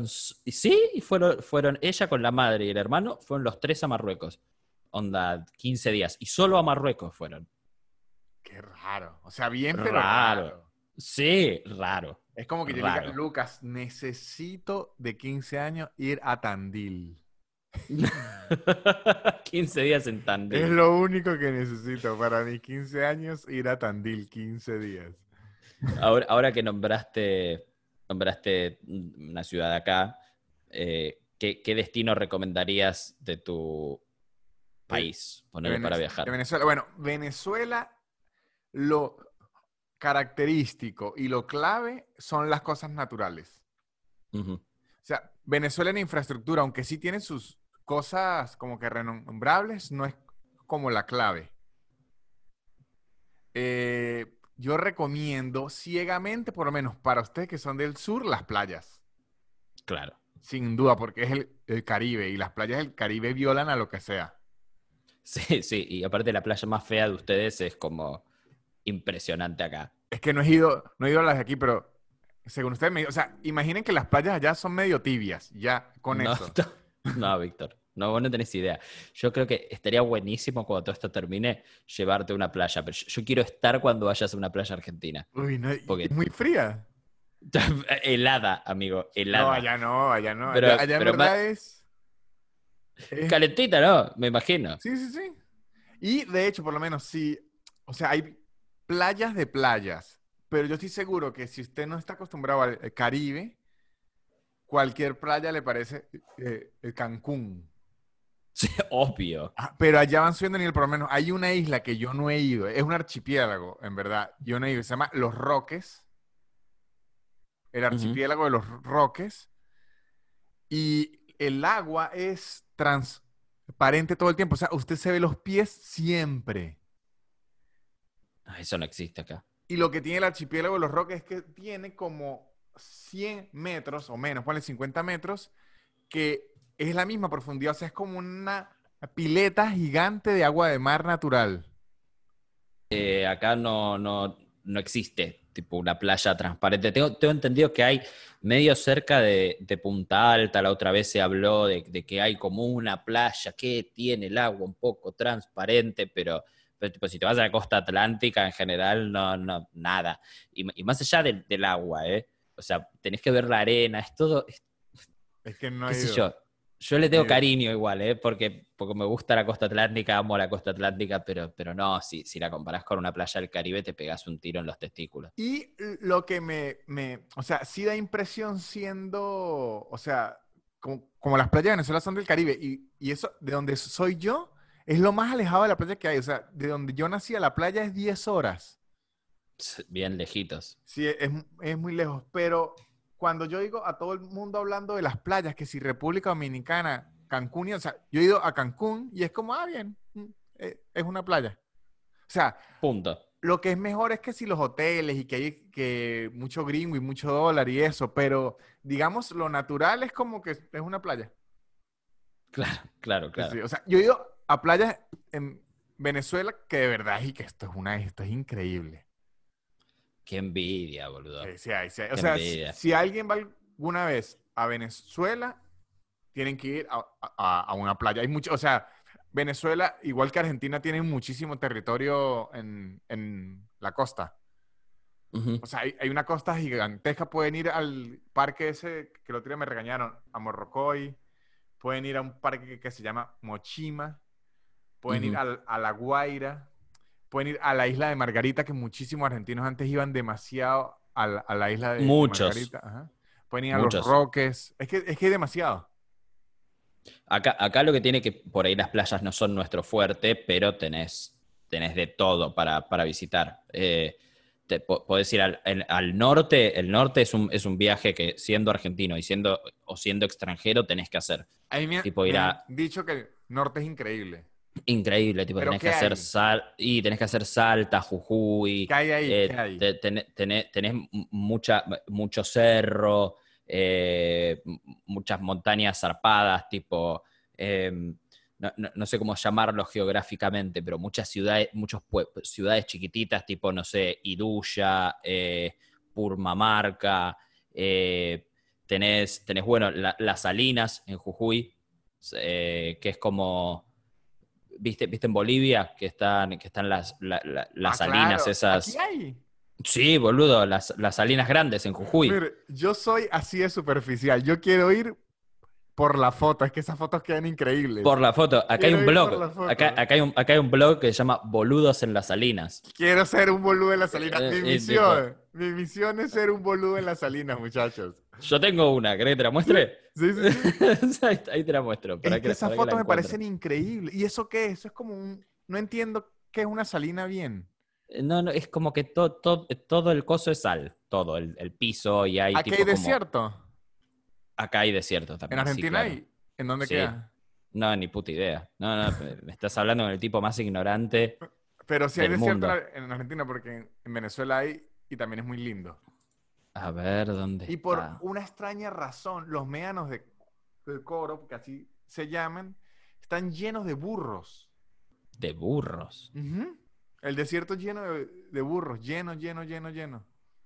fueron ella con la madre y el hermano, fueron los tres a Marruecos. Onda, 15 días. Y solo a Marruecos fueron. Qué raro. O sea, bien, pero Raro. raro. Sí, raro. Es como que yo le diga, Raro. Lucas, necesito de 15 años ir a Tandil. 15 días en Es Tandil. lo único que necesito para mis 15 años, ir a Tandil 15 días. Ahora que nombraste una ciudad acá, ¿qué destino recomendarías de tu De, país? Ponerle para de viajar. Venezuela. Bueno, Venezuela, lo característico y lo clave son las cosas naturales. Ujú. O sea, Venezuela en infraestructura, aunque sí tiene sus cosas como que renombrables, no es como la clave. Yo recomiendo ciegamente, por lo menos para ustedes que son del sur, las playas. Claro. Sin duda, porque es el Caribe y las playas del Caribe violan a lo que sea. Sí, sí. Y aparte la playa más fea de ustedes es como impresionante acá. Es que no he ido a las de aquí, pero según ustedes o sea, imaginen que las playas allá son medio tibias, ya con No, eso. no, Víctor. No, vos no tenés idea. Yo creo que estaría buenísimo cuando todo esto termine llevarte a una playa, pero yo quiero estar cuando vayas a una playa argentina. Uy, no, y es Porque muy fría. helada, amigo, No, helada. allá no, allá no. Pero, Allá en pero más verdad es, calentita, ¿no? Me imagino. sí, sí, sí. Y de hecho, por lo menos, sí, o sea, hay playas de playas, pero yo estoy seguro que si usted no está acostumbrado al Caribe, cualquier playa le parece Cancún. Sí, obvio. Ah, pero allá van subiendo el nivel, por lo menos. Hay una isla que yo no he ido, es un archipiélago, en verdad. Yo no he ido, se llama Los Roques, el Ujú. archipiélago de los Roques, y el agua es transparente todo el tiempo. O sea, usted se ve los pies siempre. Ah, eso no existe acá. Y lo que tiene el archipiélago de los Roques es que tiene como 100 metros o menos, ponle 50 metros, que es la misma profundidad. O sea, es como una pileta gigante de agua de mar natural. Acá no existe tipo una playa transparente. Tengo entendido que hay medio cerca de Punta Alta, la otra vez se habló de que hay como una playa que tiene el agua un poco transparente, pero tipo, si te vas a la costa atlántica en general, nada. Y más allá del agua, ¿eh? O sea, tenés que ver la arena, es todo, Es que no qué he sé ido. yo. Yo le tengo cariño igual, porque me gusta la costa atlántica, amo la costa atlántica, pero no, si la comparás con una playa del Caribe, te pegas un tiro en los testículos. Y lo que o sea, sí da impresión siendo, o sea, como las playas de Venezuela son del Caribe, y eso, de donde soy yo, es lo más alejado de la playa que hay. O sea, de donde yo nací a la playa es 10 horas. Bien lejitos. Sí, es muy lejos, pero cuando yo digo a todo el mundo hablando de las playas, que si República Dominicana, Cancún, o sea, yo he ido a Cancún y es como, bien, es una playa. O sea, Punto. lo que es mejor es que si los hoteles y que hay que mucho gringo y mucho dólar y eso, pero digamos, lo natural es como que es una playa. Claro, claro, Sí, claro. sí. O sea, yo he ido a playas en Venezuela que de verdad y que esto es increíble. Qué envidia, boludo. Sí hay, sí hay. O Qué sea, envidia. si alguien va alguna vez a Venezuela, tienen que ir a una playa. Hay mucho, o sea, Venezuela, igual que Argentina, tiene muchísimo territorio en la costa. Ujú, O sea, hay una costa gigantesca. Pueden ir al parque ese que el otro día me regañaron, a Morrocoy. Pueden ir a un parque que se llama Mochima. Pueden ir ujú. a La Guaira. Pueden ir a la isla de Margarita, que muchísimos argentinos antes iban demasiado a la isla de Muchos, Margarita. Ajá. Pueden ir a Los muchos. Roques. Es que hay demasiado. Acá lo que tiene que, por ahí las playas no son nuestro fuerte, pero tenés de todo para visitar. Podés ir al norte. El norte es un viaje que siendo argentino o siendo extranjero tenés que hacer. A mí Tipo me ir han a dicho que el norte es increíble. increíble, tipo ¿Pero tenés que qué hacer hay? tenés que hacer Salta, Jujuy, ¿Qué hay ahí? ¿Qué hay? tenés mucho cerro, muchas montañas zarpadas, tipo, no sé cómo llamarlo geográficamente, pero muchas ciudades, ciudades chiquititas, tipo, no sé, Iruya, Purmamarca, bueno, las Salinas en Jujuy, que es como, ¿viste en Bolivia que están las salinas Claro. Aquí esas? hay. Sí, boludo, las salinas grandes en Jujuy. Mire, yo soy así de superficial. Yo quiero ir por la foto. Es que esas fotos quedan increíbles. Por la foto, acá hay Quiero un ir por blog, la acá, foto. acá hay un blog que se llama Boludos en las Salinas. Quiero ser un boludo en la salina. Tipo, Mi misión es ser un boludo en la salina, muchachos. yo tengo una, ¿querés que te la Sí, muestre? sí, sí, sí. Ahí te la muestro, Es para que que, esas para que la fotos me encuentres. parecen increíbles. ¿Y eso qué es? Eso es como un... No entiendo qué es una salina bien. No, no, es como que todo el coso es sal, todo, el piso y hay ¿Aquí hay tipo como... desierto? Acá hay desierto ¿En también, sí, Argentina claro. hay? ¿En dónde Sí. queda? No, ni puta idea. No, no, me estás hablando con el tipo más ignorante Pero sí hay del desierto mundo. en Argentina porque en Venezuela hay y también es muy lindo. A ver, ¿dónde Y por está? una extraña razón, los médanos de Coro, que así se llaman, están llenos de burros. De burros. Ujú. El desierto es lleno de burros, lleno, lleno, lleno, lleno.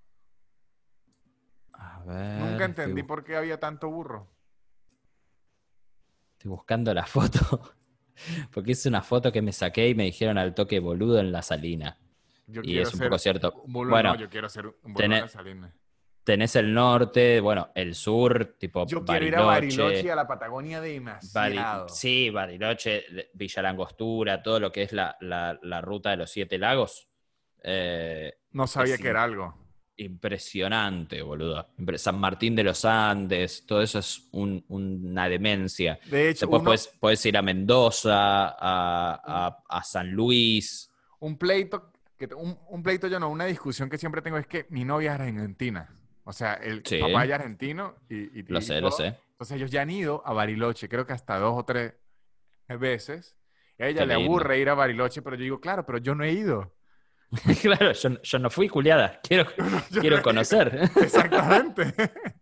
A Nunca ver, entendí por qué había tanto burro. estoy buscando la foto. Porque es una foto que me saqué y me dijeron al toque boludo en la salina. Yo Y quiero es un poco ser cierto. un boludo, no, Bueno, yo quiero ser un boludo en tenés, la salina. tenés el norte, bueno, el sur, tipo Yo quiero ir a Bariloche y a Bariloche. la Patagonia demasiado. Sí, Bariloche, Villa Langostura, todo lo que es la ruta de los Siete Lagos. No sabía Es que era algo. impresionante, boludo. San Martín de los Andes, todo eso es una demencia. De hecho, Después puedes ir a Mendoza, a San Luis. un pleito, un pleito yo no, una discusión que siempre tengo es que mi novia es argentina. O sea, el papá Sí, es argentino lo y sé, lo todo. sé. Entonces ellos ya han ido a Bariloche, creo que hasta 2 o 3 veces. Y a ella Qué le lindo. aburre ir a Bariloche, pero yo digo, claro, pero yo no he ido. Claro, yo no fui culiada, quiero, Yo no quiero he ido. conocer. Exactamente.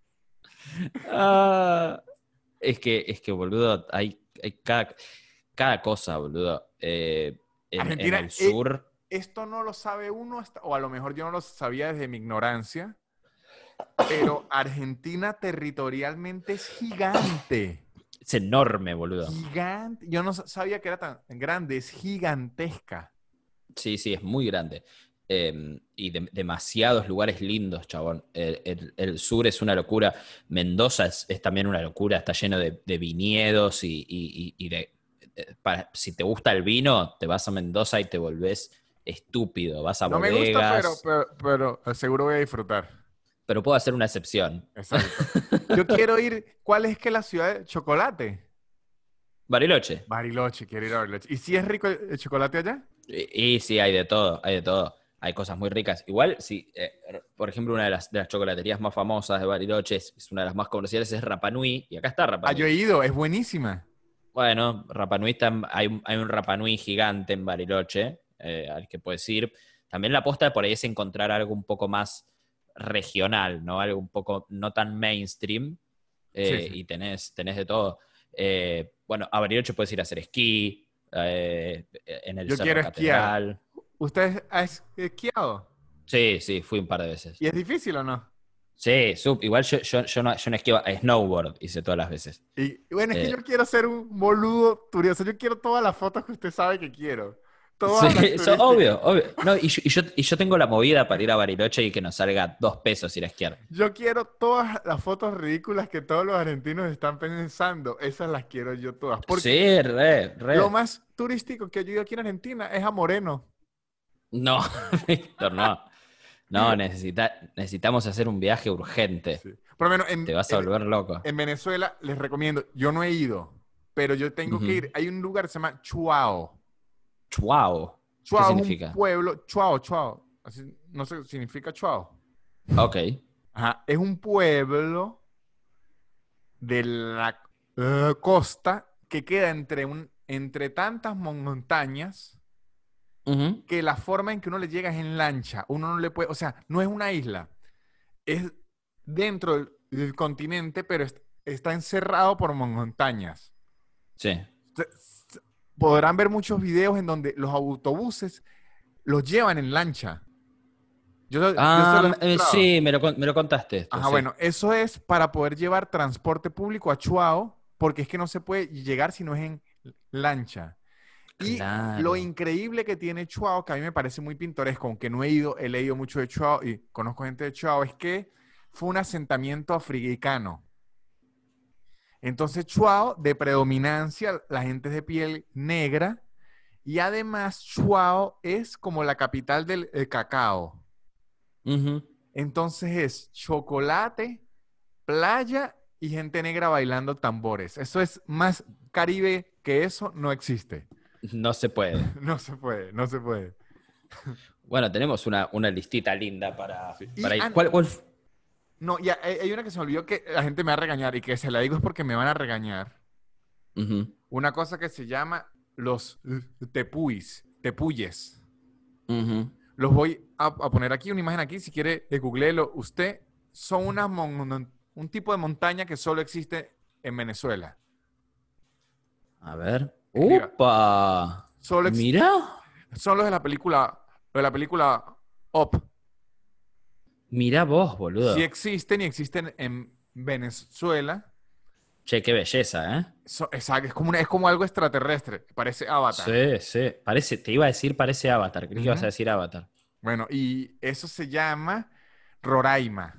Ah, es que, boludo, hay cada cosa, boludo. En Argentina, el sur, esto no lo sabe uno, o a lo mejor yo no lo sabía desde mi ignorancia, pero Argentina territorialmente es gigante. es enorme, boludo. Gigante. Yo no sabía que era tan grande, es gigantesca. Sí, sí, es muy grande. demasiados lugares lindos, chabón. El sur es una locura. Mendoza es también una locura, está lleno de viñedos y si te gusta el vino, te vas a Mendoza y te volvés estúpido. Vas a No me gusta, bodegas, pero seguro voy a disfrutar. pero puedo hacer una excepción. Exacto. Yo quiero ir. ¿Cuál es que la ciudad de chocolate? Bariloche. Bariloche, quiero ir a Bariloche. ¿Y si es rico el chocolate allá? Y sí, hay de todo, hay de todo. Hay cosas muy ricas. Igual, si, por ejemplo, una de las chocolaterías más famosas de Bariloche es una de las más comerciales, es Rapa Nui, y acá está Rapa Ah, yo Nui. he ido, es buenísima. Bueno, Rapa Nui hay un Rapa Nui gigante en Bariloche, al que puedes ir. También la aposta por ahí es encontrar algo un poco más regional, ¿no? Algo un poco no tan mainstream, Sí, sí. y tenés de todo. Bueno, a Bariloche puedes ir a hacer esquí, en el Yo Cerro quiero esquiar. Catedral. ¿Usted ha esquiado? Sí, sí, fui un par de veces. ¿Y es difícil o no? Sí, igual yo no esquivo, a snowboard hice todas las veces. Y bueno, es que yo Eh, quiero ser un boludo turístico. Yo quiero todas las fotos que usted sabe que quiero. sí, Todas las eso, turísticas. obvio, obvio. No, y yo tengo la movida para ir a Bariloche y que nos salga 2 pesos ir a esquiar. Yo quiero todas las fotos ridículas que todos los argentinos están pensando. Esas las quiero yo todas. Porque Sí, re, lo re. más turístico que yo he ido aquí en Argentina es a Moreno. No, Víctor, no. No, necesitamos hacer un viaje urgente. Sí. Por lo menos Te vas a volver loco. en Venezuela les recomiendo. Yo no he ido, pero yo tengo que Ujú. ir. Hay un lugar que se llama Chuao. Chuao. ¿Qué Chuao es un significa? pueblo. Chuao, Chuao. Así, no sé, significa Chuao. Ok. Ajá. Es un pueblo de la costa que queda entre tantas montañas Ujú. que la forma en que uno le llega es en lancha. Uno no le puede, o sea, no es una isla, es dentro del continente, pero está encerrado por montañas. Sí. Podrán ver muchos videos en donde los autobuses los llevan en lancha. Yo se lo he mostrado. Sí, me lo contaste esto, Ajá, sí. bueno, eso es para poder llevar transporte público a Chuao, porque es que no se puede llegar si no es en lancha. Y lo Claro. increíble que tiene Chuao, que a mí me parece muy pintoresco, aunque no he ido, he leído mucho de Chuao y conozco gente de Chuao, es que fue un asentamiento africano. Entonces, Chuao, de predominancia, la gente es de piel negra, y además Chuao es como la capital del cacao. Ujú. Entonces es chocolate, playa y gente negra bailando tambores. Eso es más Caribe que eso, no existe. No se puede. No se puede, no se puede. Bueno, tenemos una listita linda para, Sí. Y para ir. ¿Cuál? no, ya hay una que se me olvidó que la gente me va a regañar y que se la digo es porque me van a regañar. Ujú, Una cosa que se llama los tepuyes. ujú. Los voy a poner aquí, una imagen aquí, si quiere, googleelo. Usted, son un tipo de montaña que solo existe en Venezuela. A ver. Escriba. ¡Upa! Solo Mirá. son los de la película Up. Mirá vos, Sí boludo. existen y existen en Venezuela. Che, qué belleza, ¿eh? Exacto, es como algo extraterrestre, parece Avatar. Sí, sí. Te iba a decir parece Avatar. Creí que ibas a Ujú. decir Avatar. Bueno, y eso se llama Roraima.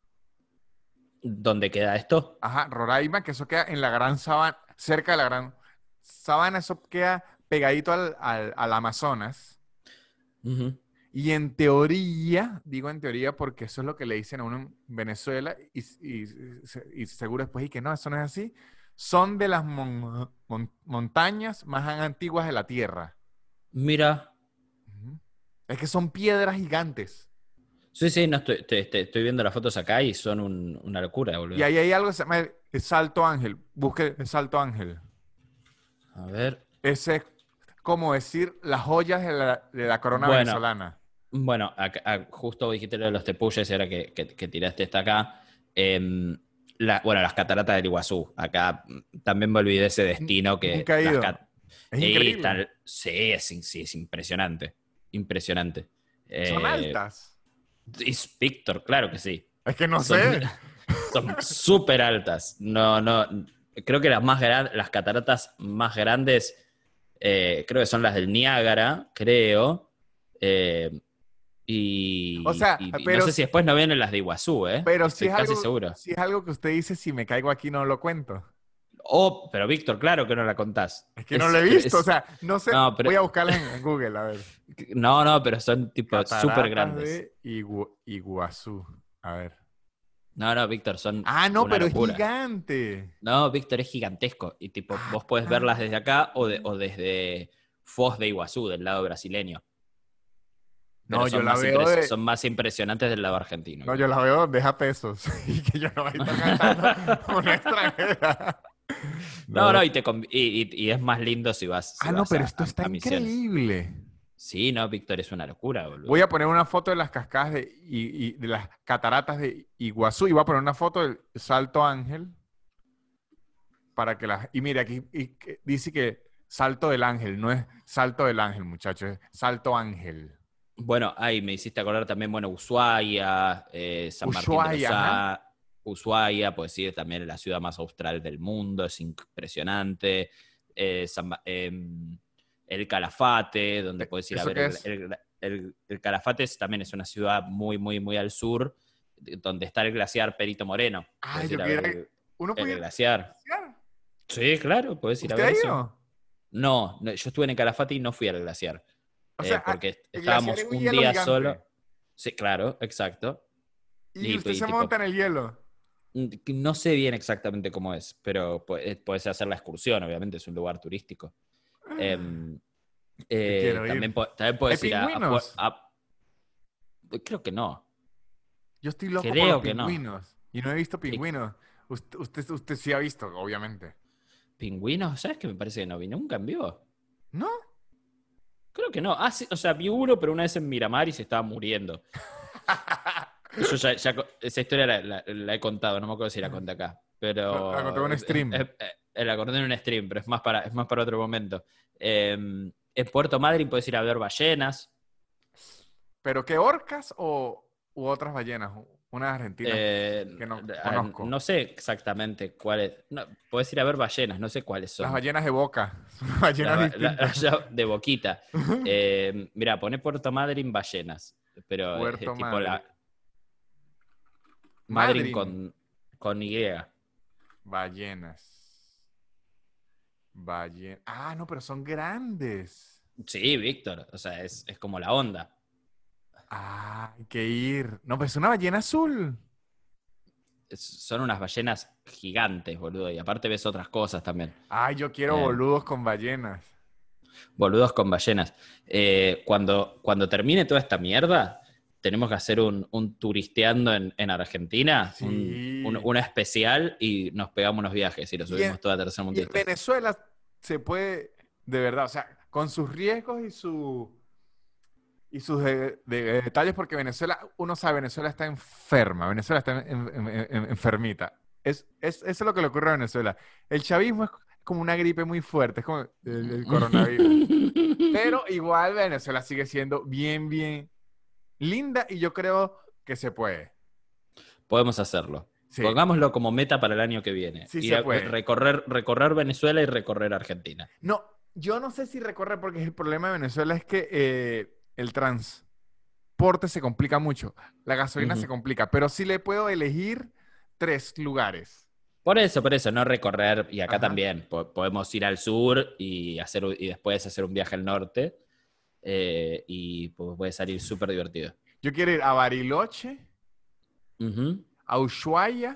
¿Dónde queda esto? Ajá, Roraima, que eso queda en la gran sabana, cerca de la gran sabana, eso queda pegadito al Amazonas. Ujú. Y en teoría, digo en teoría porque eso es lo que le dicen a uno en Venezuela y seguro después y que no, eso no es así, son de las montañas más antiguas de la Tierra. Mira. Ujú. Es que son piedras gigantes. Sí, sí, no estoy viendo las fotos acá y son una locura, Y boludo. ahí hay algo que se llama el Salto Ángel. Busque el Salto Ángel. A ver. Ese es como decir las joyas de la corona Bueno, venezolana. bueno, justo dijiste lo de los tepuyes y ahora que tiraste esta acá. em, bueno, las cataratas del Iguazú. Acá también me olvidé ese destino que Nunca he las ido. cat Es increíble. sí, sí, es impresionante. Impresionante. Son Eh, altas. es Víctor, claro que sí. Es que no Son sé. son súper altas. No, no. Creo que las cataratas más grandes, creo que son las del Niágara, creo. Eh, O sea, y no pero, sé si después no vienen las de Iguazú, ¿eh? pero Estoy casi seguro. si es algo que usted dice, si me caigo aquí no lo cuento. Oh, pero Víctor, claro que no la contás. Es que no lo he visto, o sea, no sé, No, pero, voy a buscarlas en Google, a ver. no, pero son tipo súper Cataratas grandes. de Iguazú. A ver. No, Víctor, son Ah, no, una pero es locura. gigante. No, Víctor, es gigantesco. Y tipo, Ah, vos podés verlas desde acá o desde Foz de Iguazú, del lado brasileño. Pero no, yo la veo de. son más impresionantes del lado argentino. No, Igual. yo la veo donde es a pesos. Y que yo no voy a estar gastando una extranjera. No, No. y es más lindo si vas, Ah, no, pero esto está a Misiones. increíble. Sí, no, Víctor, es una locura, Voy boludo. a poner una foto de las cascadas de las cataratas de Iguazú y voy a poner una foto del Salto Ángel para que las. Y mire, aquí que dice que Salto del Ángel, no es Salto del Ángel, muchachos, es Salto Ángel. Bueno, ahí me hiciste acordar también, bueno, Ushuaia, San Martín de los Ushuaia, ajá. Ushuaia, pues sí, también es la ciudad más austral del mundo, es impresionante. El Calafate, donde puedes ir a ¿Eso ver qué es? el Calafate también es una ciudad muy, muy, muy al sur, donde está el glaciar Perito Moreno. Ah, Puedes yo ir a ver quiero. ¿Uno el puede ir a glaciar. pasear? Sí, claro, puedes ir a ¿Usted ver ha eso. ido? No, yo estuve en el Calafate y no fui al glaciar, O sea, porque el glaciar estábamos es un un hielo día solo. gigante. Sí, claro, exacto. Y usted se monta Tipo, en el hielo. no sé bien exactamente cómo es, pero puedes hacer la excursión, obviamente, es un lugar turístico. Em, Yo quiero ir. también ¿Hay puedes ir pingüinos? creo que no. Yo estoy loco por los Creo que no. pingüinos. Y no he visto ¿Qué- pingüinos. Usted sí ha visto, obviamente. ¿Pingüinos? ¿Sabes que me parece que no vi nunca en vivo? ¿No? Creo que no. Ah, sí, o sea, vi uno, pero una vez en Miramar y se estaba muriendo. Yo esa historia la he contado, no me acuerdo si la conté acá. La conté Pero en un stream. la conté en un stream, pero es más para otro momento. En Puerto Madryn puedes ir a ver ballenas. ¿Pero qué orcas u otras ballenas? Unas argentinas que no conozco. No sé exactamente cuáles. No, puedes ir a ver ballenas, no sé cuáles Las son. ballenas de boca. Son ballenas distintas. De boquita. Mira, poné Puerto Madryn ballenas. Pero es Puerto tipo Madre. Madryn Madryn. con Y. Ballenas. Ah, no, pero son grandes. Sí, Víctor. O sea, es como la onda. Ah, hay que ir. No, pues es una ballena azul. Son unas ballenas gigantes, boludo. Y aparte ves otras cosas también. Ay, yo quiero Eh, boludos con ballenas. Boludos con ballenas. Cuando termine toda esta mierda, tenemos que hacer un turisteando en Argentina, Sí. una especial y nos pegamos unos viajes y lo Y en, subimos toda y en tercermundista. Venezuela se puede, de verdad, o sea, con sus riesgos y sus detalles, porque Venezuela, uno sabe, Venezuela está enferma, Venezuela está enfermita. Eso es lo que le ocurre a Venezuela. El chavismo es como una gripe muy fuerte, es como el coronavirus. Pero igual Venezuela sigue siendo bien, bien linda y yo creo que se puede. Podemos hacerlo. Sí, Pongámoslo como meta para el año que viene. sí Ir se a puede. recorrer Venezuela y recorrer Argentina. No, yo no sé si recorre porque el problema de Venezuela es que el transporte se complica mucho. La gasolina se Ujú. complica, pero sí le puedo elegir 3 lugares. Por eso, no recorrer, y acá Ajá. también, podemos ir al sur y después hacer un viaje al norte, y pues, puede salir súper divertido. Yo quiero ir a Bariloche, Ujú. a Ushuaia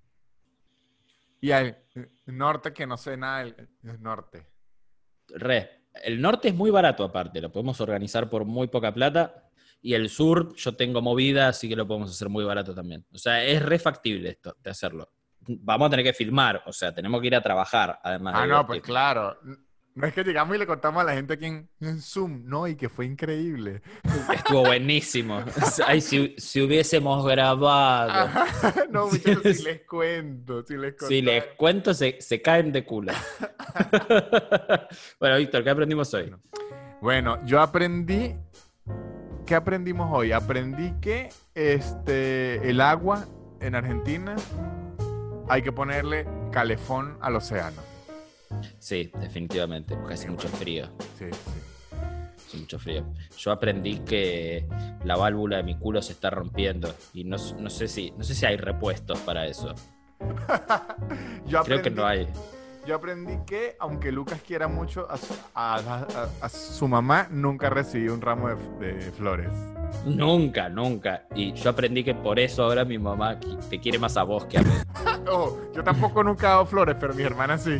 y al norte, que no sé nada del norte. El norte es muy barato aparte, lo podemos organizar por muy poca plata, y el sur yo tengo movida, así que lo podemos hacer muy barato también. O sea, es re factible esto de hacerlo. Vamos a tener que filmar, o sea, tenemos que ir a trabajar, además de Ah, no, pues divertirnos. claro. No es que llegamos y le contamos a la gente aquí en Zoom, no, y que fue increíble. Estuvo buenísimo. Ay, si hubiésemos grabado. Ajá. No, muchachos, si les cuento, si les Si les contara. cuento, se caen de culo. Bueno, Víctor, ¿qué aprendimos hoy? Bueno, yo aprendí. ¿Qué aprendimos hoy? Aprendí que el agua en Argentina hay que ponerle calefón al océano. Sí, definitivamente, porque hace Sí, mucho frío. sí, sí. hace mucho frío. Yo aprendí que la válvula de mi culo se está rompiendo y no sé si hay repuestos para eso. Creo que no hay. Yo aprendí que, aunque Lucas quiera mucho a su mamá, nunca recibió un ramo de flores. Nunca. Y yo aprendí que por eso ahora mi mamá te quiere más a vos que a mí. Oh, yo tampoco nunca he dado flores, pero mi hermana sí.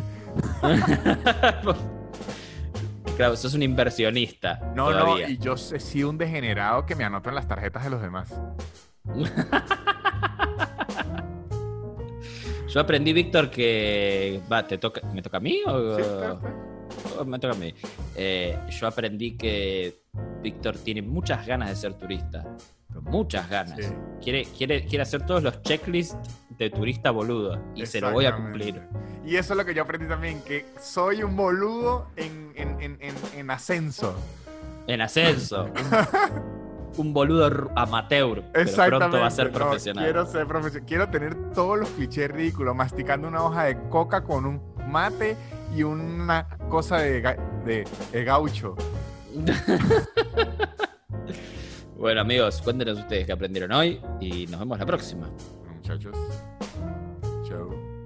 Claro, sos un inversionista. No, todavía. y yo he sido un degenerado que me anoto en las tarjetas de los demás. Yo aprendí, Víctor, que... ¿Me toca a mí o...? Sí, claro. Me toca a mí. Yo aprendí que Víctor tiene muchas ganas de ser turista. Muchas ganas. Sí. Quiere hacer todos los checklists de turista boludo. Y se lo voy a cumplir. Y eso es lo que yo aprendí también, que soy un boludo en ascenso. En ascenso. Un boludo amateur, pero pronto va a ser profesional. Quiero ser profesional. Quiero tener todos los clichés ridículos, masticando una hoja de coca con un mate y una cosa de gaucho. Bueno, amigos, cuéntenos ustedes qué aprendieron hoy y nos vemos la próxima. Bueno, muchachos. Chao.